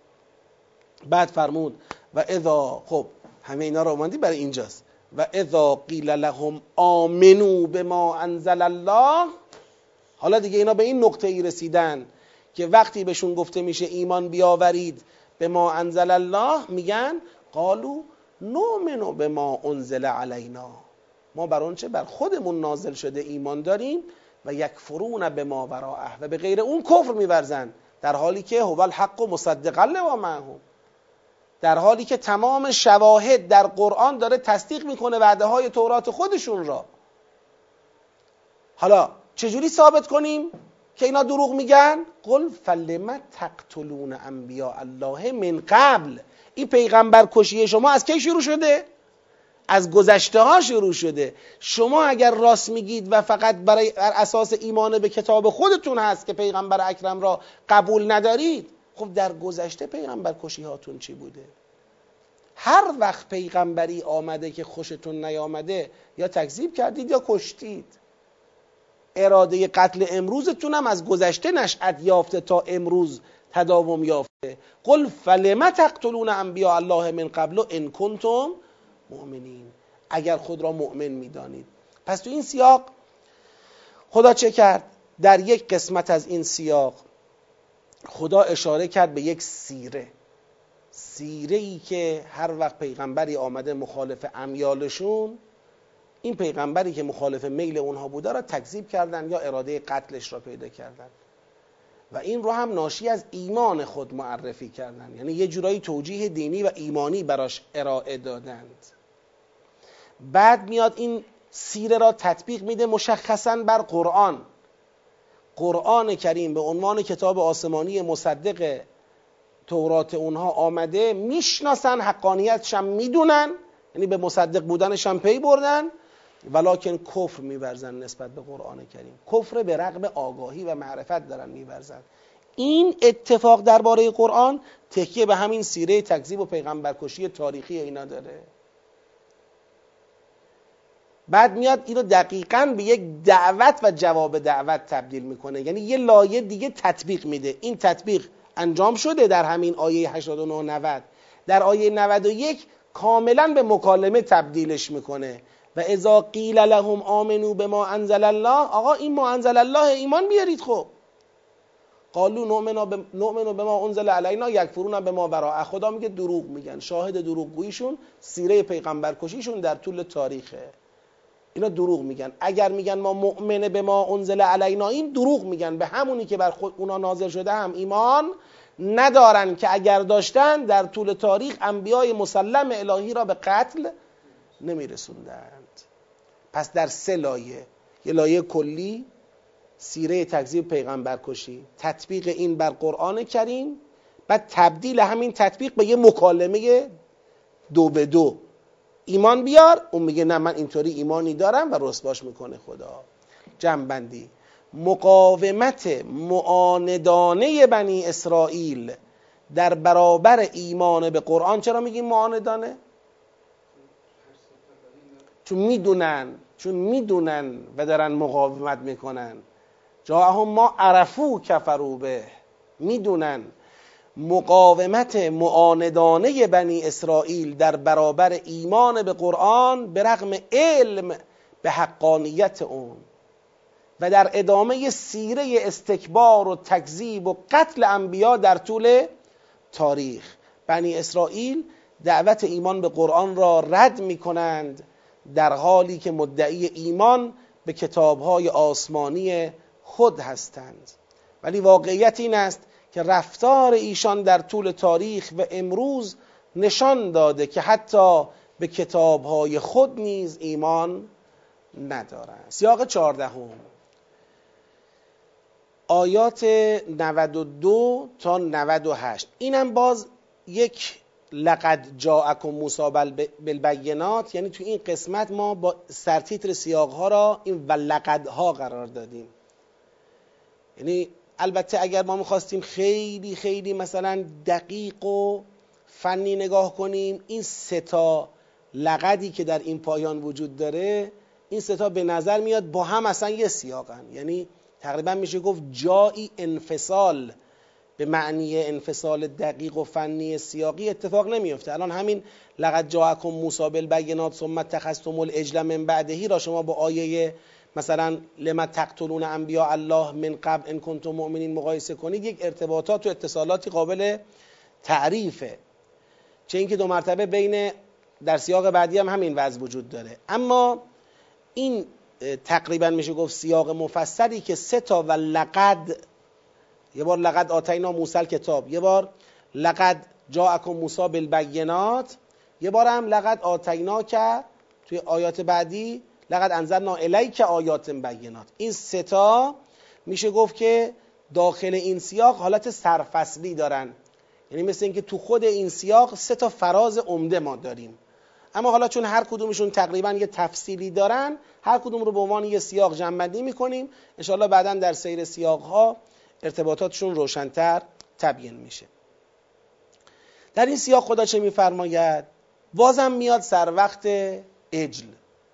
بعد فرمود و اذا، خب همه اینا رو اومدی برای اینجاست، و اذا قیل لهم آمنوا بما انزل الله. حالا دیگه اینا به این نقطه ای رسیدن که وقتی بهشون گفته میشه ایمان بیاورید به ما انزل الله، میگن قالوا نؤمن بما انزل علینا، ما بر آنچه بر خودمون نازل شده ایمان داریم. و یکفرون بما وراءه، و به غیر اون کفر میورزن، در حالی که هو الحق مصدقا لما معهم، در حالی که تمام شواهد در قرآن داره تصدیق میکنه وعده های تورات خودشون را. حالا چجوری ثابت کنیم که اینا دروغ میگن؟ قل فلم تقتلون انبیاء الله من قبل. این پیغمبر کشی شما از کی شروع شده؟ از گذشته ها شروع شده. شما اگر راست میگید و فقط بر اساس ایمان به کتاب خودتون هست که پیغمبر اکرم را قبول ندارید، خب در گذشته پیغمبر کشی هاتون چی بوده؟ هر وقت پیغمبری آمده که خوشتون نیامده، یا تکذیب کردید یا کشتید. اراده قتل امروزتون هم از گذشته نشأت یافته تا امروز تداوم یافته. قل فلم تقتلون انبیاء الله من قبل ان کنتم مؤمنین، اگر خود را مؤمن میدانید. پس تو این سیاق خدا چه کرد؟ در یک قسمت از این سیاق خدا اشاره کرد به یک سیره‌ای که هر وقت پیغمبری آمده مخالف امیالشون، این پیغمبری که مخالف میل اونها بوده را تکذیب کردن یا اراده قتلش را پیدا کردن. و این رو هم ناشی از ایمان خود معرفی کردن، یعنی یه جورایی توجیه دینی و ایمانی براش ارائه دادند. بعد میاد این سیره را تطبیق میده مشخصاً بر قرآن. قرآن کریم به عنوان کتاب آسمانی مصدق تورات اونها آمده، میشناسن، حقانیتش هم میدونن، یعنی به مصدق بودنش هم پی بردن، ولکن کفر میورزن نسبت به قرآن کریم. کفر به رغم آگاهی و معرفت دارن میورزن. این اتفاق درباره قرآن تکیه به همین سیره تکذیب و پیغمبرکشی تاریخی اینا داره. بعد میاد اینو دقیقاً به یک دعوت و جواب دعوت تبدیل میکنه، یعنی یه لایه دیگه تطبیق میده. این تطبیق انجام شده در همین آیه 89 90. در آیه 91 کاملا به مکالمه تبدیلش میکنه. و اذا قیل لهم آمنوا بما انزل الله، آقا این ما انزل الله ایمان بیارید. خب قالوا نؤمن بما انزل علینا یکفرون بما وراء. خدا میگه دروغ میگن، شاهد دروغگوییشون سیره پیغمبرکشیشون در طول تاریخه. اینا دروغ میگن. اگر میگن ما مؤمن به ما انزل علینا، این دروغ میگن، به همونی که بر خود اونا نازل شده هم ایمان ندارن، که اگر داشتن در طول تاریخ انبیای مسلم الهی را به قتل نمیرسوندند. پس در 3 لایه، یه لایه کلی سیره تکذیب پیغمبرکشی، تطبیق این بر قرآن کریم، بعد تبدیل همین تطبیق به یه مکالمه 2 به 2. ایمان بیار، اون میگه نه من اینطوری ایمانی دارم و رسواش میکنه خدا. جمع‌بندی: مقاومت معاندانه بنی اسرائیل در برابر ایمان به قرآن. چرا میگیم معاندانه؟ چون میدونن و دارن مقاومت میکنن. جاءهم ما عرفو کفروا به. میدونن. مقاومت معاندانه بنی اسرائیل در برابر ایمان به قرآن به رغم علم به حقانیت اون و در ادامه سیره استکبار و تکذیب و قتل انبیا در طول تاریخ. بنی اسرائیل دعوت ایمان به قرآن را رد می کنند در حالی که مدعی ایمان به کتابهای آسمانی خود هستند. ولی واقعیت این است که رفتار ایشان در طول تاریخ و امروز نشان داده که حتی به کتابهای خود نیز ایمان ندارند. سیاق 14 آیات 92 تا 98. اینم باز یک لقد جاءکم موسی بالبینات، یعنی تو این قسمت ما با سرتیتر سیاقها را این و لقدها قرار دادیم. یعنی البته اگر ما میخواستیم خیلی خیلی مثلا دقیق و فنی نگاه کنیم، این 3 لقدی که در این پایان وجود داره، این 3 به نظر میاد با هم اصلا یه سیاقن. یعنی تقریبا میشه گفت جایی انفصال به معنی انفصال دقیق و فنی سیاقی اتفاق نمیفته. الان همین لقد جاءکم موسی بالبینات ثم اتخذتم العجل من بعده را شما با آیه مثلا لما تقتلون انبیاء الله من قبل ان کنتم مؤمنین مقایسه کنید، یک ارتباطات و اتصالاتی قابل تعریفه. چه اینکه 2 مرتبه بین در سیاق بعدی هم همین وضع وجود داره. اما این تقریبا میشه گفت سیاق مفصلی که 3 و لقد، یه بار لقد آتینا موسی الکتاب، یه بار لقد جاءکم موسی بالبینات، یه بار هم لقد آتینا که توی آیات بعدی لقد انزلنا الیک آیات بینات. این 3 میشه گفت که داخل این سیاق حالت سرفصلی دارن، یعنی مثل اینکه تو خود این سیاق 3 فراز عمده ما داریم. اما حالا چون هر کدومشون تقریبا یه تفصیلی دارن، هر کدوم رو به عنوان یه سیاق جمع‌بندی میکنیم. انشاءالله بعداً در سیر سیاقها ارتباطاتشون روشن‌تر تبیین میشه. در این سیاق خدا چه میفرماید؟ بازم میاد سر وقت عجل.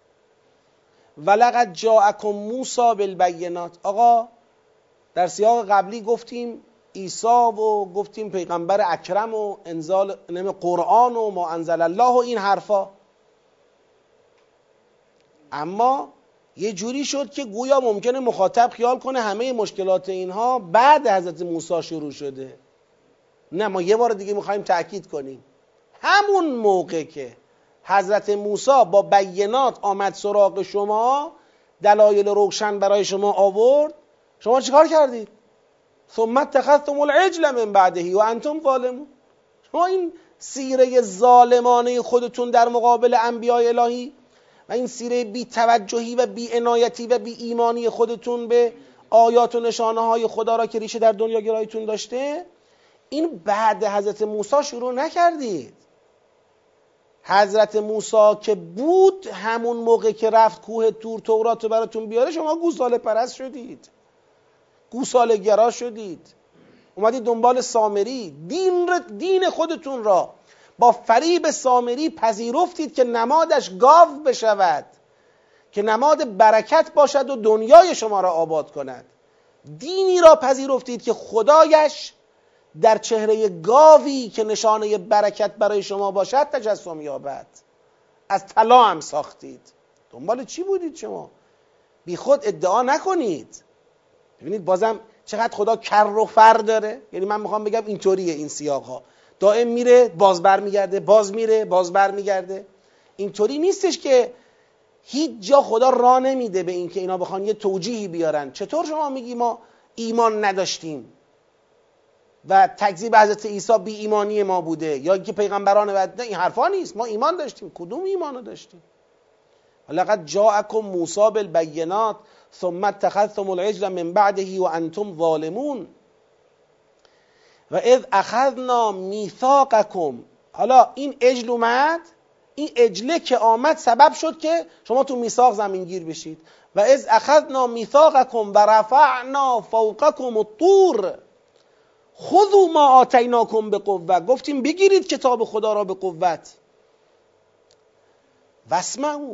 ولقد جاءکم موسی بالبینات. آقا در سیاق قبلی گفتیم عیسی و گفتیم پیغمبر اکرم و انزال قرآن و ما انزل الله و این حرفا، اما یه جوری شد که گویا ممکنه مخاطب خیال کنه همه مشکلات اینها بعد حضرت موسی شروع شده. نه، ما یه بار دیگه میخوایم تأکید کنیم همون موقع که حضرت موسی با بینات آمد سراغ شما، دلایل روشن برای شما آورد، شما چیکار کردید؟ ثم اتخذتم العجل من بعده و انتم ظالمون. شما این سیره ظالمانه خودتون در مقابل انبیاء الهی و این سیره بی توجهی و بی عنایتی و بی ایمانی خودتون به آیات و نشانه های خدا را که ریشه در دنیا گراییتون داشته، این بعد حضرت موسی شروع نکردید. حضرت موسی که بود همون موقع که رفت کوه طور تورات رو براتون بیاره، شما گوساله پرست شدید، گوساله گرا شدید، اومدید دنبال سامری. دین خودتون را با فریب سامری پذیرفتید که نمادش گاو بشود، که نماد برکت باشد و دنیای شما را آباد کند. دینی را پذیرفتید که خدایش در چهره گاوی که نشانه برکت برای شما باشد تجسم یابد. از طلا هم ساختید. دنبال چی بودید شما؟ بی خود ادعا نکنید. ببینید بازم چقدر خدا کر و فر داره. یعنی من میخوام بگم اینطوریه این سیاق ها، دائم میره باز بر میگرده، باز میره باز بر میگرده. اینطوری نیستش که هیچ جا خدا راه نمیده به این که اینا بخوان یه توجیهی بیارن. چطور شما میگی ما ایمان نداشتیم و تکذیب حضرت عیسی بی ایمانی ما بوده، یا اینکه پیغمبران بعد؟ این حرفا نیست. ما ایمان داشتیم. کدوم ایمانو داشتیم؟ لقد جاءکم موسی بالبینات ثم اتخذتم العجل من بعده و انتم ظالمون و اذ اخذنا میثاقکم. حالا این عجل اومد، این عجله که آمد سبب شد که شما تو میثاق زمینگیر بشید. و اذ اخذنا میثاقکم و رفعنا فوقکم الطور خذوا ما آتیناکم بقوة. گفتیم بگیرید کتاب خدا را به قوت. واسمعوا،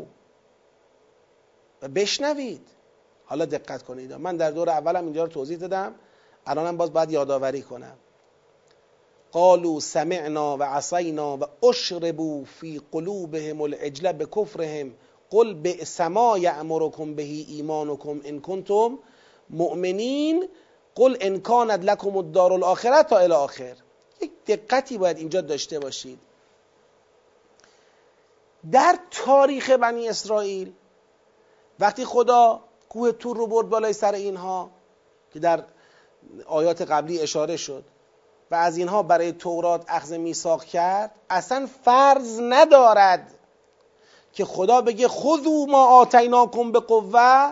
و بشنوید. حالا دقت کنید، من در دور اولم اینجا رو توضیح دادم، الانم باز باید یادآوری کنم. قالوا سمعنا و عصینا و اشربوا فی قلوبهم العجل بکفرهم قل بئس ما یأمرکم به ایمانکم ان کنتم مؤمنین قل ان کانت لکم الدار الاخره تا الی آخر. یک دقتی باید اینجا داشته باشید. در تاریخ بنی اسرائیل وقتی خدا کوه طور رو برد بالای سر اینها که در آیات قبلی اشاره شد و از اینها برای تورات اخذ میثاق کرد، اصلا فرض ندارد که خدا بگه خذوا ما آتیناکم بقوة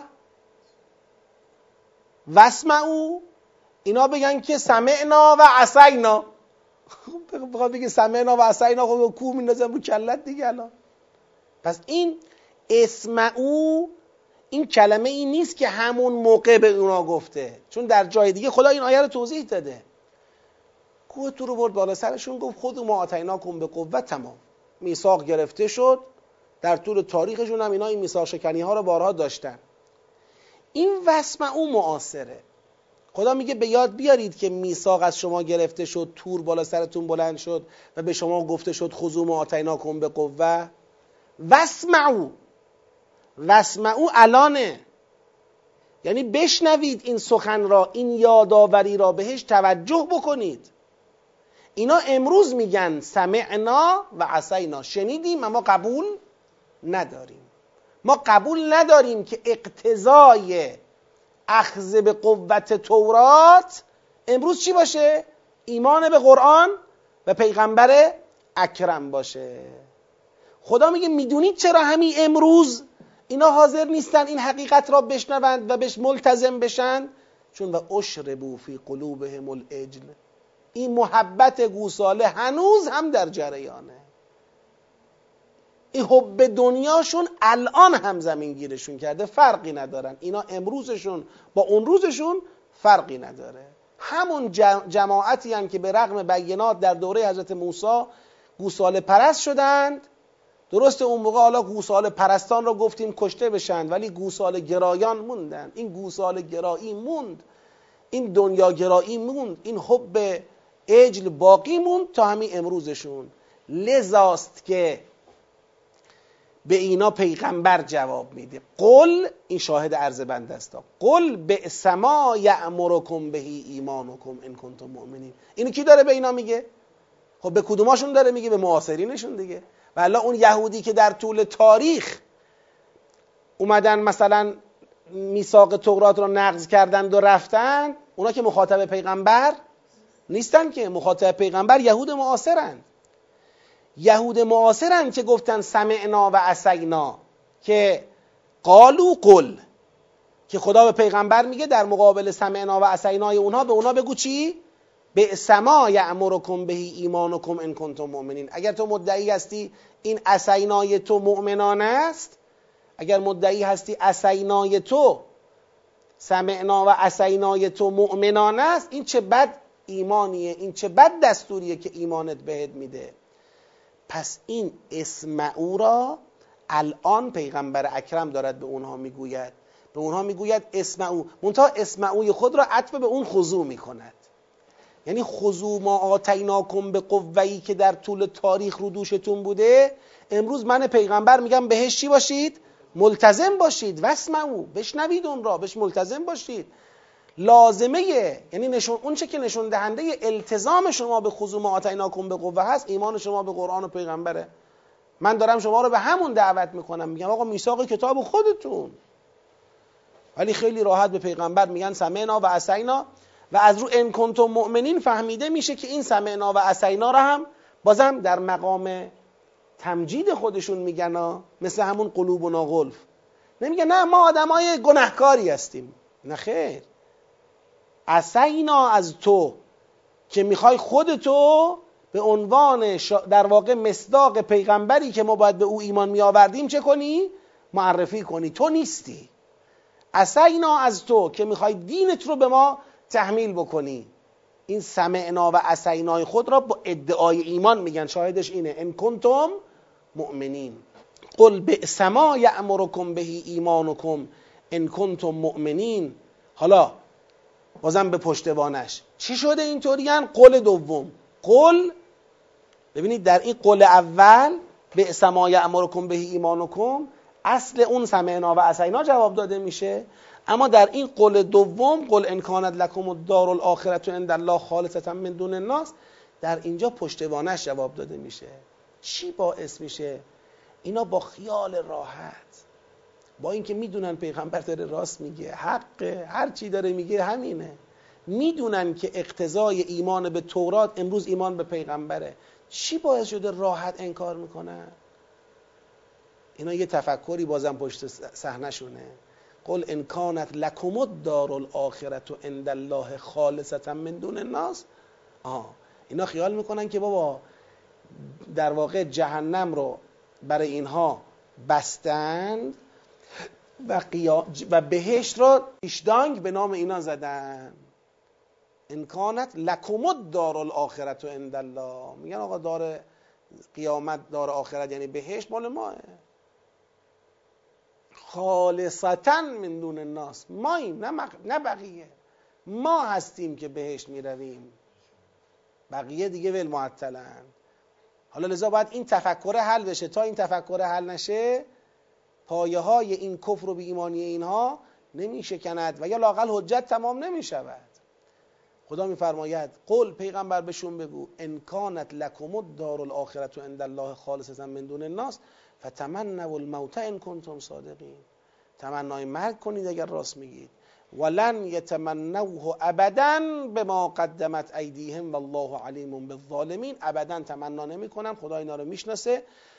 واسمعوا، اینا بگن که سمعنا و عصینا. بخواد بگه سمعنا و عصینا، خب کو میندازم رو کلت دیگه الان. پس این اسمعوا این کلمه این نیست که همون موقع به اونا گفته، چون در جای دیگه خدا این آیه رو توضیح داده. کوه طور رو برد بالا سرشون، گفت خذوا ما آتیناکم بقوة، تمام. میثاق گرفته شد. در طول تاریخشون هم اینا این میثاق شکنی ها رو بارها داشتن. این واسمعوا معاصره. خدا میگه به یاد بیارید که میثاق از شما گرفته شد، طور بالا سرتون بلند شد و به شما گفته شد خذوا ما آتیناکم بقوة واسمعوا. واسمعوا الانه، یعنی بشنوید این سخن را، این یادآوری را، بهش توجه بکنید. اینا امروز میگن سمعنا و عصینا، شنیدیم اما قبول نداریم. ما قبول نداریم که اقتضای اخذ به قوت تورات امروز چی باشه؟ ایمان به قرآن و پیغمبر اکرم باشه. خدا میگه میدونید چرا همین امروز اینا حاضر نیستن این حقیقت را بشنوند و بهش ملتزم بشن؟ چون و اشربوا فی قلوبهم العجل، این محبت گوساله هنوز هم در جریانه. این حب دنیاشون الان هم زمین گیرشون کرده، فرقی ندارن. اینا امروزشون با اون روزشون فرقی نداره. همون جماعتی هستند که به رغم بینات در دوره حضرت موسی گوساله پرست شدند. درست اون موقع حالا گوساله پرستان را گفتیم کشته بشن، ولی گوساله گرایان موندن. این گوساله گرایی موند، این دنیا گرایی موند، این حب عجل باقی موند تا همین امروزشون. لذاست که به اینا پیغمبر جواب میده. قل، این شاهد عرض بنده است، قل بئس ما یأمرکم به ایمانکم ان کنتم مؤمنین. اینو کی داره به اینا میگه؟ خب به کدوماشون داره میگه؟ به معاصرینشون دیگه. و الا اون یهودی که در طول تاریخ اومدن مثلا میثاق تورات رو نقض کردند و رفتند، اونا که مخاطب پیغمبر نیستن، که مخاطب پیغمبر یهود معاصرند. یهود معاصرند که گفتن سمعنا و عصینا، که قالو قل، که خدا به پیغمبر میگه در مقابل سمعنا و عصینای اونها به اونها بگو چی؟ بئس ما یأمرکم به ایمانکم ان کنتم مؤمنین. اگر تو مدعی هستی این عصینای تو مؤمنانه است، اگر مدعی هستی عصینای تو، سمعنا و عصینای تو مؤمنانه است، این چه بد ایمانیه، این چه بد دستوریه که ایمانت بهت میده. پس این اسمعوا را الان پیغمبر اکرم دارد به اونها میگوید، به اونها میگوید اسمعوا، منتها اسمعوی خود را عطف به اون خضوع میکند. یعنی خضوع ما آتیناکم به قوه‌ای که در طول تاریخ رو دوشتون بوده، امروز من پیغمبر میگم بهش چی باشید؟ ملتزم باشید. واسمعوا، بشنوید اون را، بهش ملتزم باشید. لازمه، یعنی اون چه که نشون دهنده التزام شما به خضوع ما آتیناکم به قوه هست، ایمان شما به قرآن و پیغمبره. من دارم شما رو به همون دعوت میکنم، میگم آقا میثاق کتاب خودتون، ولی خیلی راحت به پیغمبر میگن سمعنا و عصینا، و از رو ان کنتم مؤمنین فهمیده میشه که این سمعنا و عصینا را هم بازم در مقام تمجید خودشون میگن، مثل همون قلوبنا غلف. نمیگن نه ما آدمای گناهکاری هستیم، نه خیر. عصینا از تو که میخوای خودتو به عنوان در واقع مصداق پیغمبری که ما باید به او ایمان میآوردیم چه کنی؟ معرفی کنی. تو نیستی. عصینا از تو که میخوای دینت رو به ما تحمیل بکنی. این سمعنا و عصینای خود را با ادعای ایمان میگن، شاهدش اینه ان کنتم مؤمنین. قل بئس ما یأمرکم به ایمانکم ان کنتم مؤمنین. حالا بازم به پشتوانش چی شده اینطورین؟ قول دوم، قل، ببینید در این قول اول بئس ما یأمرکم به ایمانکم اصل اون سمعنا و عصینا جواب داده میشه، اما در این قول دوم قل ان کانت لکم الدار الاخرة عند الله خالصة من دون الناس، در اینجا پشتوانش جواب داده میشه. چی باعث میشه؟ اینا با خیال راحت، با اینکه میدونن پیغمبر داره راست میگه، حقه، هر چی داره میگه همینه، میدونن که اقتضای ایمان به تورات امروز ایمان به پیغمبره، چی باعث شده راحت انکار میکنن؟ اینا یه تفکری بازم پشت صحنه شونه. قل ان کانت لکم الدار الاخرة عند الله خالصة من دون الناس. اینا خیال میکنن که بابا در واقع جهنم رو برای اینها بستند و بهشت را پیشدانگ به نام اینا زدن. ان کانت لکم الدار الاخرة عند الله، میگن آقا دار قیامت، دار آخرت یعنی بهشت مال ماه، خالصتاً من دون الناس، ماییم نه بقیه، ما هستیم که بهشت میرویم، بقیه دیگه ول معطلن. حالا لذا باید این تفکر حل بشه. تا این تفکر حل نشه پایه های این کفر و بی ایمانی اینها نمیشکند و یا لااقل حجت تمام نمیشود. خدا میفرماید قل، پیغمبر بهشون بگو، ان کانت لکم الدار الاخرة عند الله خالصة من دون الناس فتمنوا الموت ان کنتم صادقین. تمنای مرگ کنید اگر راست میگید. ولن یتمنوه ابدا بما قدمت ایدیهم والله علیم بالظالمین. ابدا تمنا نمیکنن، خدا اینا رو میشناسه.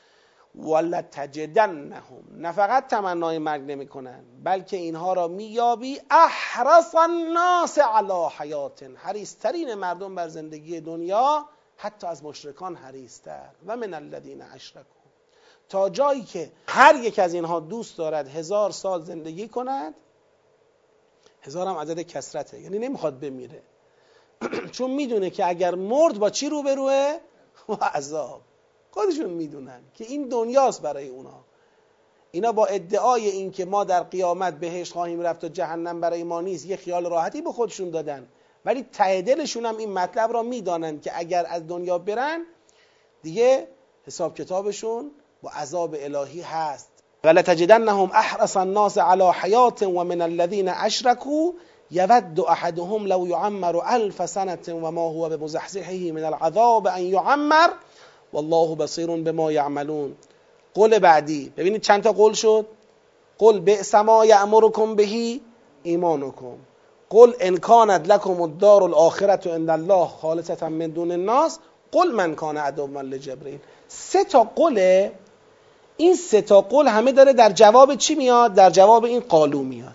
ولتجدنهم، نه فقط تمنای مرگ نمیکنن بلکه اینها را مییابی احرص الناس علی حیات، حریص‌ترین مردم بر زندگی دنیا، حتی از مشرکان حریص‌تر، و من الذین اشرکوا، تا جایی که هر یک از اینها دوست دارد 1000 سال زندگی کند. 1000 هم عدد کثرته، یعنی نمیخواد بمیره چون میدونه که اگر مرد با چی روبروه؟ با عذاب. خودشون میدونن که این دنیاست برای اونا. اینا با ادعای این که ما در قیامت بهشت خواهیم رفت و جهنم برای ما نیست یه خیال راحتی به خودشون دادن، ولی ته دلشون هم این مطلب را میدانن که اگر از دنیا برن دیگه حساب کتابشون با عذاب الهی هست. ولتجدنهم احرص الناس علی حیات و من الذین اشرکوا یود احدهم لو یعمر 1000 سنة و ما هو بمزحزحه من العذاب ان یعمر والله بصیر بما یعملون. قول بعدی، ببینید چند تا قول شد؟ قل بئس ما یأمرکم به ایمانکم قل ان کانت لکم الدار الاخرة عند الله خالصة من دون الناس قل من کان عدوا لجبرئیل. 3 تا قله. این 3 تا قول همه داره در جواب چی میاد؟ در جواب این قالو میاد.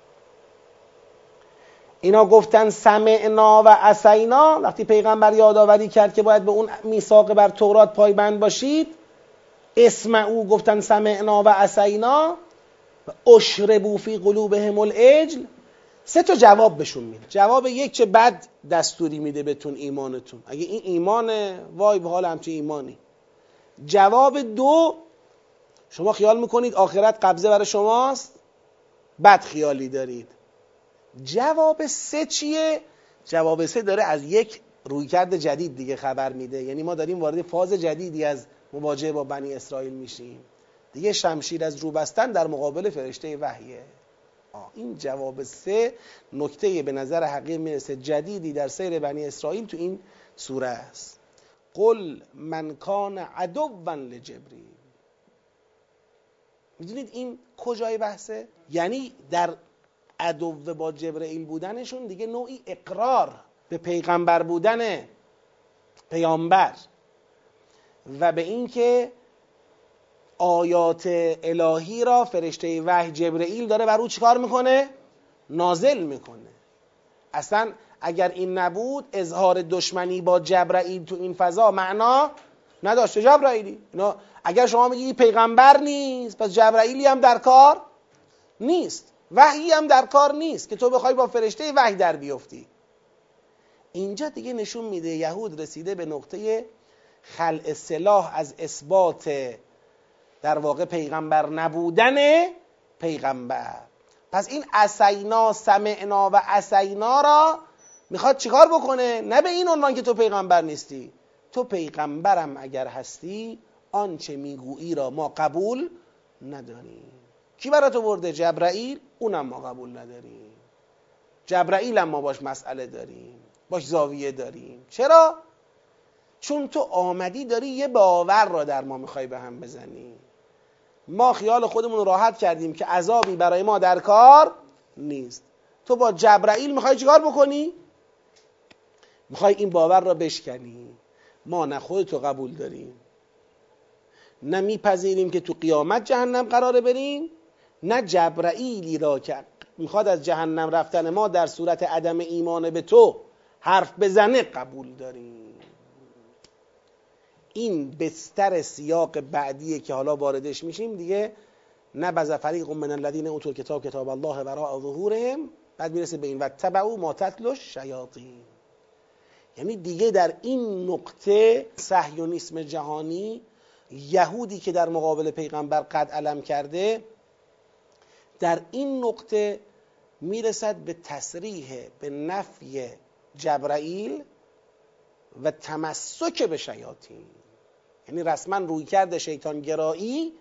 اینا گفتن سمعنا و عصینا، وقتی پیغمبر یادآوری کرد که باید به اون میثاق بر تورات پایبند باشید. اسمعوا گفتن سمعنا و عصینا و اشربوا فی قلوبهم العجل. 3 تا جواب بهشون میده. جواب یک، چه بد دستوری میده بهتون ایمانتون، اگه این ایمانه وای به حال همچین ایمانی. جواب 2، شما خیال میکنید آخرت قبضه برای شماست، بد خیالی دارید. جواب 3 چیه؟ جواب 3 داره از یک رویکرد جدید دیگه خبر میده. یعنی ما داریم وارد فاز جدیدی از مواجهه با بنی اسرائیل میشیم دیگه. شمشیر از رو بستن در مقابل فرشته وحیه. این جواب 3 نکته به نظر حقیر میرسه جدیدی در سیر بنی اسرائیل تو این سوره است. قل من کان عدوا لجبریل. میدونید این کجای بحثه؟ یعنی در عدو با جبرئیل بودنشون دیگه نوعی اقرار به پیغمبر بودن پیامبر و به این که آیات الهی را فرشته وحی جبرئیل داره بر او چیکار میکنه؟ نازل میکنه. اصلا اگر این نبود اظهار دشمنی با جبرئیل تو این فضا معنا نداشت. جبرئیلی اینا اگر شما میگی پیغمبر نیست پس جبرئیلی هم در کار نیست، وحی هم در کار نیست که تو بخوای با فرشته وحی در بیفتی. اینجا دیگه نشون میده یهود رسیده به نقطه خلع سلاح از اثبات در واقع پیغمبر نبودن پیغمبر. پس این عصینا سمعنا و عصینا را میخواد چیکار بکنه؟ نه به این عنوان که تو پیغمبر نیستی، تو پیغمبرم اگر هستی آنچه میگویی را ما قبول نداریم. کی برات آورده؟ جبرئیل. اونم ما قبول نداریم. جبرئیل هم ما باش مسئله داریم، باش زاویه داریم. چرا؟ چون تو آمدی داری یه باور را در ما میخوای به هم بزنی. ما خیال خودمون راحت کردیم که عذابی برای ما در کار نیست. تو با جبرئیل میخوای چیکار بکنی؟ میخوای این باور را بشکنی. ما نه خودتو قبول داریم، نه میپذیریم که تو قیامت جهنم قراره بریم، نه جبرئیلی را که میخواد از جهنم رفتن ما در صورت عدم ایمان به تو حرف بزنه قبول داریم. این بستر سیاق بعدیه که حالا واردش میشیم دیگه. نبذ فریق من الذین اوتوا الکتاب کتاب الله وراء ظهورهم، بعد میرسه به این واتبعوا ما تتلو الشیاطین. یعنی دیگه در این نقطه صهیونیسم جهانی، یهودی که در مقابل پیغمبر قد علم کرده، در این نقطه میرسد به تصریح به نفی جبرئیل و تمسک به شیاطین. یعنی رسما رویکرد شیطان گرایی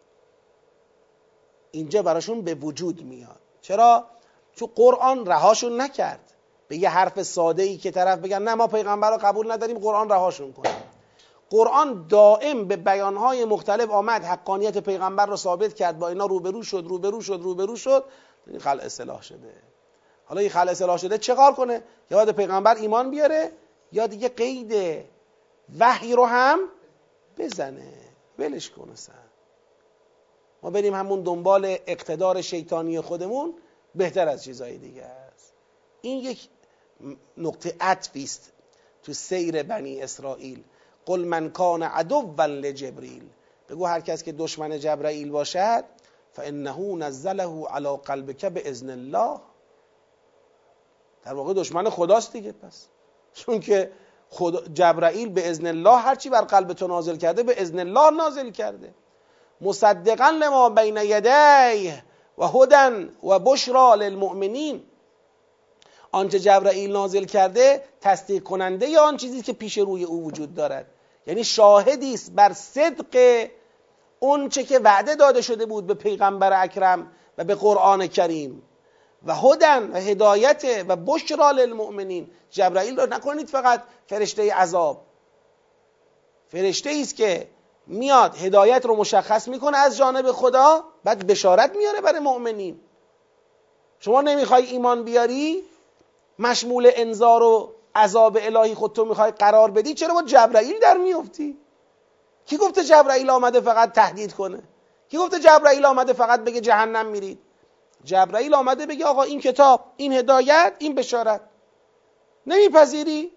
اینجا براشون به وجود میاد. چرا؟ چون قرآن رهاشون نکرد به یه حرف ساده ای که طرف بگن نه ما پیغمبر رو قبول نداریم قرآن رهاشون کنه. قرآن دائم به بیانهای مختلف آمد، حقانیت پیغمبر رو ثابت کرد، با اینا روبرو شد، خلع اصلاح شده. حالا این خلع اصلاح شده چه کار کنه؟ یا باید پیغمبر ایمان بیاره یا دیگه قید وحی رو هم بزنه، ولش کنه. ما بریم همون دنبال اقتدار شیطانی خودمون بهتر از چیزهای دیگه است. این یک نقطه عطفی است تو سیر بنی اسرائیل. قل من کان عدوا لجبریل، بگو هر کس که دشمن جبرئیل باشد فانه نزله علی قلبک باذن الله، در واقع دشمن خداست دیگه. پس چون که جبرئیل به اذن الله هرچی بر قلب تو نازل کرده به اذن الله نازل کرده. مصدقا لما بین یدیه و هدی و بشرا للمؤمنین، آنچه جبرئیل نازل کرده تصدیق کننده آن چیزی که پیش روی او وجود دارد، یعنی شاهدی است بر صدق اون چه که وعده داده شده بود به پیغمبر اکرم و به قرآن کریم، و هدن و هدایت و بشرا للمؤمنین. جبرئیل رو نکنید فقط فرشته عذاب، فرشته ایست که میاد هدایت رو مشخص میکنه از جانب خدا، بعد بشارت میاره برای مؤمنین. شما نمیخوای ایمان بیاری، مشمول انذار و عذاب الهی خودتو میخوای قرار بدی، چرا با جبرائیل در میافتی؟ کی گفته جبرائیل آمده فقط تهدید کنه؟ کی گفته جبرائیل آمده فقط بگه جهنم میرید؟ جبرائیل آمده بگه آقا این کتاب، این هدایت، این بشارت. نمیپذیری؟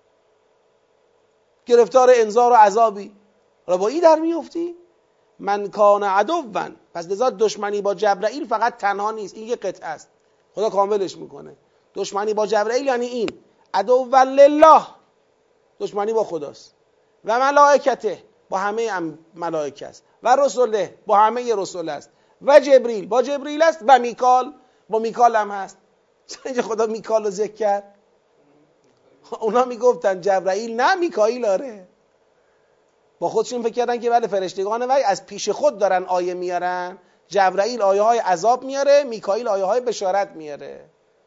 گرفتار انذار و عذابی، ربایی در میافتی؟ من کان عدوا، پس لذا دشمنی با جبرائیل فقط تنها نیست، این یه قطعه است، خدا کاملش میکنه. دشمنی با جبرائیل یعنی این عدوا لله، دشمنی با خداست، و ملائکته، با همه ملائکه است، و رسوله، با همه رسول است، و جبریل، با جبریل است، و میکال، با میکال هم هست. چرا خدا میکال رو ذکر کرد؟ اونا میگفتن جبرائیل نه، میکائیل آره. با خودشون فکر کردن که بله فرشتگان وحی از پیش خود دارن آیه میارن، جبرائیل آیه های عذاب میاره، میکائیل آیه های بشارت میاره.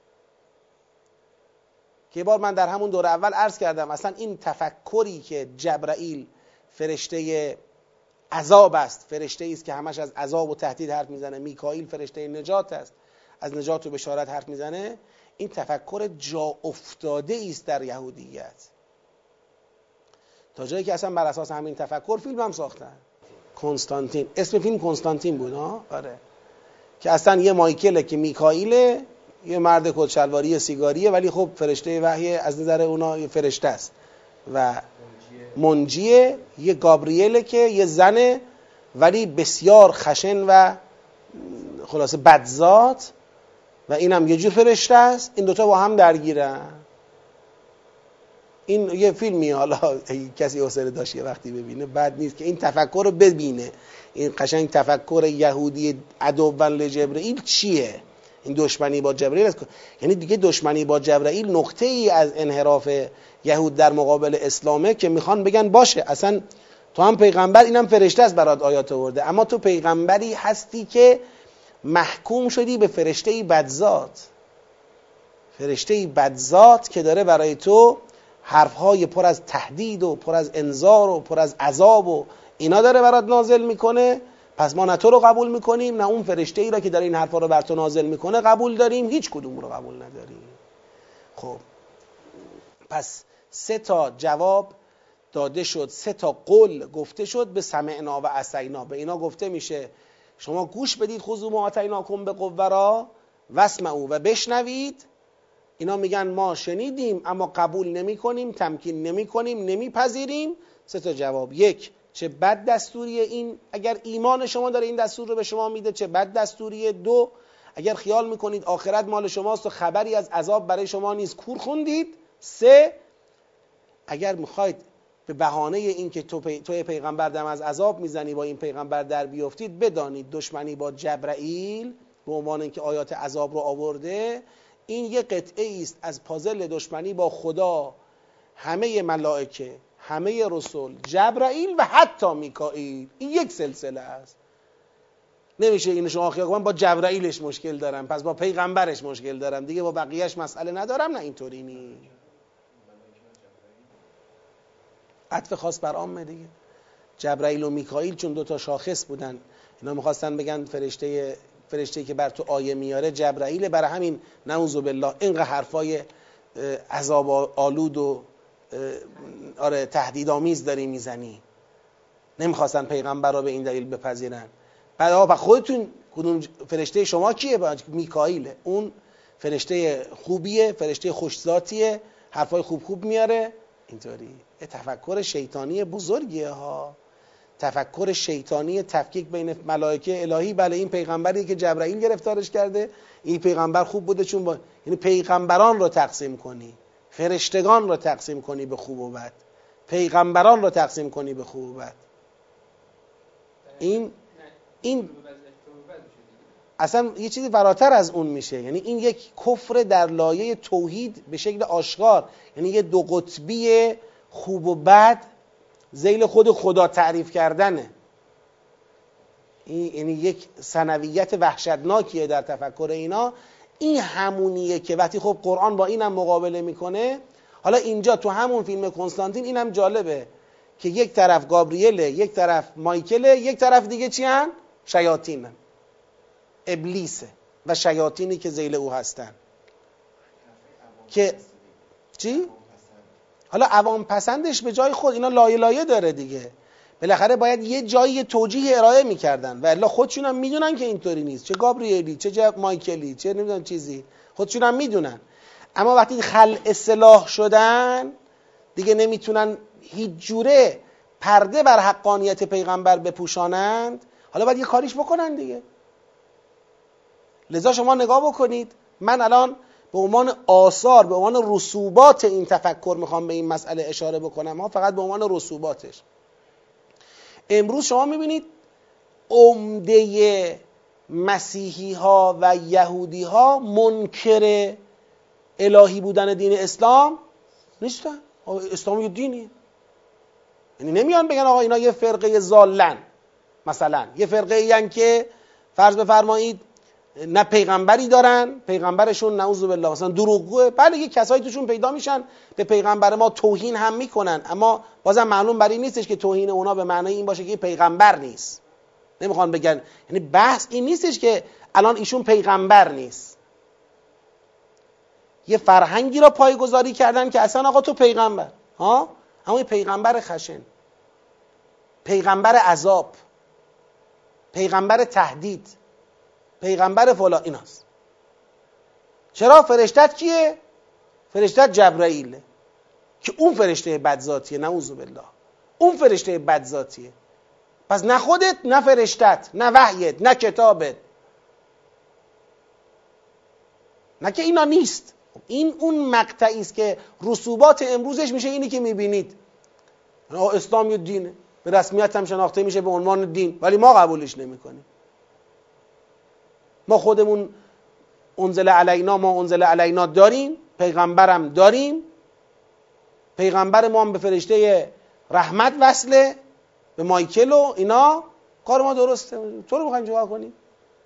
که بار من در همون دور اول عرض کردم اصلا این تفکری که جبرائیل فرشته عذاب است، فرشته است که همش از عذاب و تهدید حرف میزنه، میکائیل فرشته نجات است، از نجات و بشارت حرف میزنه، این تفکر جا افتاده است در یهودیت، تا جایی که اصلا بر اساس همین تفکر فیلم هم ساختن. کنستانتین، اسم فیلم کنستانتین بود ها، آره، که اصلا یه مایکله که میکائیله، یه مرد کتشلواری سیگاریه، ولی خب فرشته وحی از نظر اونا یه فرشته است، و منجیه، یه گابریله که یه زنه ولی بسیار خشن و خلاصه بدذات، و اینم یه جور فرشته است. این دوتا با هم درگیرن. این یه فیلمی، حالا کسی حوصله داشت یه وقتی ببینه بد نیست که این تفکر رو ببینه، این قشنگ تفکر یهودی عدوا لجبرائیل چیه، این دشمنی با جبرائیل است. یعنی دیگه دشمنی با جبرائیل نقطه ای از انحراف یهود در مقابل اسلامه که میخوان بگن باشه اصلا تو هم پیغمبر، اینم فرشته است برات آیات آورده، اما تو پیغمبری هستی که محکوم شدی به فرشته بدذات، فرشته بدذات که داره برای تو حرفهای پر از تهدید و پر از انذار و پر از عذاب و اینا داره برات نازل میکنه. پس ما نه تو رو قبول میکنیم، نه اون فرشته ای را که داره این حرفا رو بر تو نازل میکنه قبول داریم، هیچ کدوم رو قبول نداریم. خب پس 3 تا جواب داده شد، 3 تا قول گفته شد به سمعنا و عصینا. به اینا گفته میشه شما گوش بدید، خذوا ما آتیناکم بقوة را واسمعوا، و بشنوید. اینا میگن ما شنیدیم اما قبول نمی کنیم، تمکین نمی کنیم، نمیپذیریم. 3 تا جواب: 1 چه بد دستوریه این، اگر ایمان شما داره این دستور رو به شما میده چه بد دستوریه. 2 اگر خیال میکنید آخرت مال شماست و خبری از عذاب برای شما نیست کور خوندید. 3 اگر میخواید به بهانه این که تو پیغمبر دم از عذاب میزنی با این پیغمبر در بیافتید، بدانید دشمنی با جبرائیل به عنوان اینکه آیات عذاب رو آورده، این یه قطعه است از پازل دشمنی با خدا، همه ملائکه، همه رسول، جبرائیل و حتی میکائیل. این یک سلسله است. نمیشه این شما خیال کنم با جبرائیلش مشکل دارم پس با پیغمبرش مشکل دارم دیگه با بقیهش مسئله ندارم. نه، اینطوری نیست. عطف خاص بر عامه دیگه. جبرائیل و میکائیل چون 2 تا شاخص بودن، اینا میخواستن بگن فرشته که بر تو آیه میاره جبرائیل، برای همین نعوذ بالله اینقدر حرفای عذاب آلود و تهدیدآمیز داری میزنی. نمیخواستن پیغمبر را به این دلیل بپذیرن. بعد خودتون کدوم فرشته شما کیه؟ میکائیله. اون فرشته خوبیه، فرشته خوشذاتیه، حرفای خوب میاره. اینطوری یه تفکر شیطانی بزرگیه ها، تفکر شیطانی تفکیک بین ملائکه الهی. بله این پیغمبری که جبرائیل گرفتارش کرده، این پیغمبر خوب بوده چون یعنی پیغمبران رو تقسیم کنی، فرشتگان رو تقسیم کنی به خوب و بد، پیغمبران رو تقسیم کنی به خوب و بد. این اصلا یه چیزی فراتر از اون میشه. یعنی این یک کفر در لایه توحید به شکل آشکار، یعنی یه 2 قطبی خوب و بد ذیل خود خدا تعریف کردنه. این یعنی یک ثانویت وحشتناکیه در تفکر اینا. این همونیه که وقتی خب قرآن با اینم مقابله میکنه. حالا اینجا تو همون فیلم کنستانتین اینم جالبه که یک طرف گابریله، یک طرف مایکله، یک طرف دیگه چی هن؟ شیاطین هن. ابلیسه و شیاطینی که ذیل او هستن. که چی؟ حالا عوام پسندش به جای خود، اینا لایه لایه داره دیگه، بالاخره باید یه جایی توجیه ارائه میکردن و الا خودشون هم میدونن که اینطوری نیست، چه گابریلی چه مایکلی چه نمیدونم چیزی، خودشون هم میدونن. اما وقتی خلع اصلاح شدن دیگه نمیتونن هیچ جوره پرده بر حقانیت پیغمبر بپوشانند، حالا باید یه کاریش بکنن دیگه. لذا شما نگاه بکنید، من الان به عنوان آثار، به عنوان رسوبات این تفکر میخوام به این مسئله اشاره بکنم، فقط به عنوان رسوباتش. امروز شما میبینید عمده مسیحی ها و یهودی ها منکر الهی بودن دین اسلام نیستن. اسلام یه دینیه، یعنی نمیان بگن آقا اینا یه فرقه ضالن، مثلا یه فرقه این که فرض بفرمایید نه پیغمبری دارن، پیغمبرشون نعوذ بالله مثلا دروغگوه. بله یه کسایی توشون پیدا میشن به پیغمبر ما توهین هم میکنن، اما بازم معلوم بر این نیستش که توهین اونا به معنای این باشه که پیغمبر نیست. نمیخوان بگن، یعنی بحث این نیستش که الان ایشون پیغمبر نیست، یه فرهنگی را پایه‌گذاری کردن که اصلا آقا تو پیغمبر ها، اما یه پیغمبر خشن، پیغمبر عذاب، پیغمبر تهدید، پیغمبر فلان، این هست. چرا؟ فرشتت کیه؟ فرشتت جبرائیله که اون فرشته بدذاتیه، نعوذ بالله، اون فرشته بدذاتیه. پس نه خودت، نه فرشتت، نه وحیت، نه کتابت، نه که اینا نیست. این اون مقطعی است که رسوبات امروزش میشه اینی که میبینید. اسلام یه دینه، به رسمیت هم شناخته میشه به عنوان دین، ولی ما قبولش نمیکنیم. ما خودمون انزل علینا داریم، پیغمبرم داریم، پیغمبر ما هم به فرشته رحمت وصله، به مایکل و اینا، کار ما درسته. تو رو میخوایم چیکار کنیم؟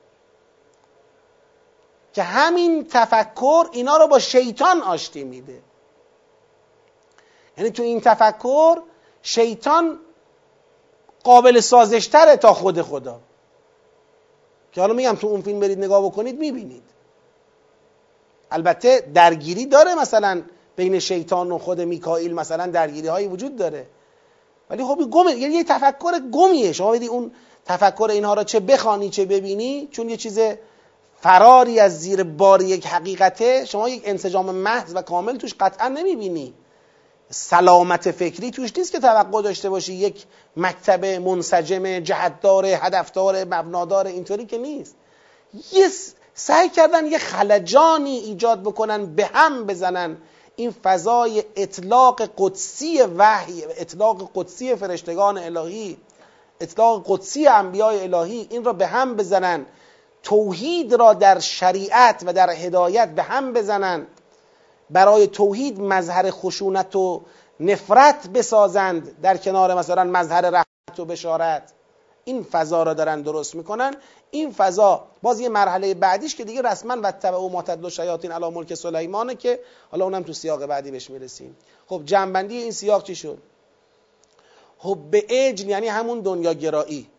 که همین تفکر اینا رو با شیطان آشتی میده. یعنی تو این تفکر شیطان قابل سازشتره تا خود خدا، که حالا میگم تو اون فیلم برید نگاه بکنید میبینید. البته درگیری داره، مثلا بین شیطان و خود میکائیل مثلا درگیری هایی وجود داره، ولی خب گمه، یعنی یه تفکر گمیه. شما بدید اون تفکر اینها را چه بخوانی چه ببینی، چون یه چیز فراری از زیر بار یک حقیقته، شما یک انسجام محض و کامل توش قطعا نمیبینی. سلامت فکری توش نیست که توقع داشته باشی یک مکتب منسجم جهتدار هدفدار مبنادار، اینطوری که نیست. یه سعی کردن یه خلجانی ایجاد بکنن، به هم بزنن این فضای اطلاق قدسی وحی، اطلاق قدسی فرشتگان الهی، اطلاق قدسی انبیاء الهی، این را به هم بزنن، توحید را در شریعت و در هدایت به هم بزنن، برای توحید مظهر خشونت و نفرت بسازند در کنار مثلا مظهر رحمت و بشارت. این فضا را دارن درست میکنن. این فضا باز یه مرحله بعدیش که دیگه رسما و تبع ما تتلو شیاطین علی ملک سلیمانه، که حالا اونم تو سیاق بعدی بهش میرسیم. خب جنبندی این سیاق چی شد؟ حب عجل یعنی همون دنیاگرایی،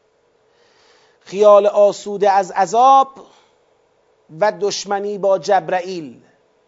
خیال آسوده از عذاب و دشمنی با جبرائیل.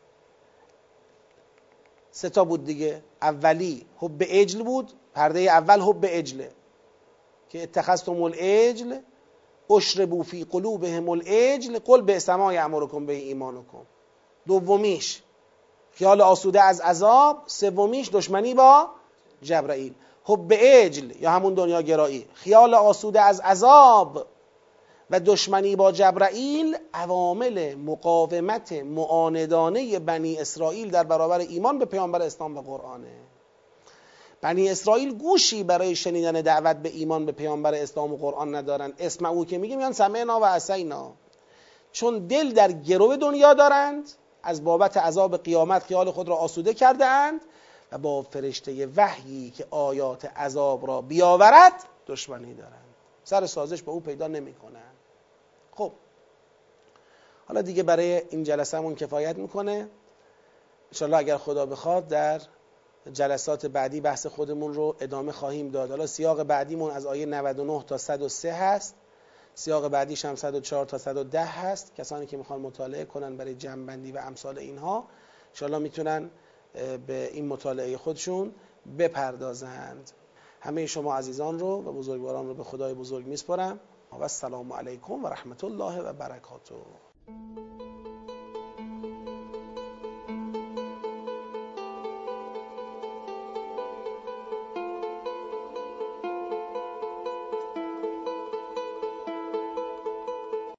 سه تا بود دیگه. اولی حب عجل بود، پرده اول حب عجله که اتخذتم العجل اشربوا فی قلوبهم العجل قل بئس ما یأمرکم به ایمانکم. دومیش خیال آسوده از عذاب، سومیش دشمنی با جبرائیل. حب عجل یا همون دنیاگرایی، خیال آسوده از عذاب و دشمنی با جبرائیل عوامل مقاومت معاندانه بنی اسرائیل در برابر ایمان به پیامبر اسلام و قرآنه. بنی اسرائیل گوشی برای شنیدن دعوت به ایمان به پیامبر اسلام و قرآن ندارن. اسمعوا که میگه میگن سمعنا و عصینا، چون دل در گرو دنیا دارند، از بابت عذاب قیامت خیال خود را آسوده کرده اند و با فرشته وحیی که آیات عذاب را بیاورد دشمنی دارند، سر سازش با او پیدا نمی کنند. خب حالا دیگه برای این جلسه‌مون کفایت میکنه. انشاءالله اگر خدا بخواد در جلسات بعدی بحث خودمون رو ادامه خواهیم داد. حالا سیاق بعدیمون از آیه 99 تا 103 هست، سیاق بعدیش هم 104 تا 110 هست. کسانی که میخوان مطالعه کنن برای جمع‌بندی و امثال اینها ان شاءالله میتونن به این مطالعه خودشون بپردازند. همه شما عزیزان رو و بزرگواران رو به خدای بزرگ میسپارم و السلام علیکم و رحمت الله و برکاته.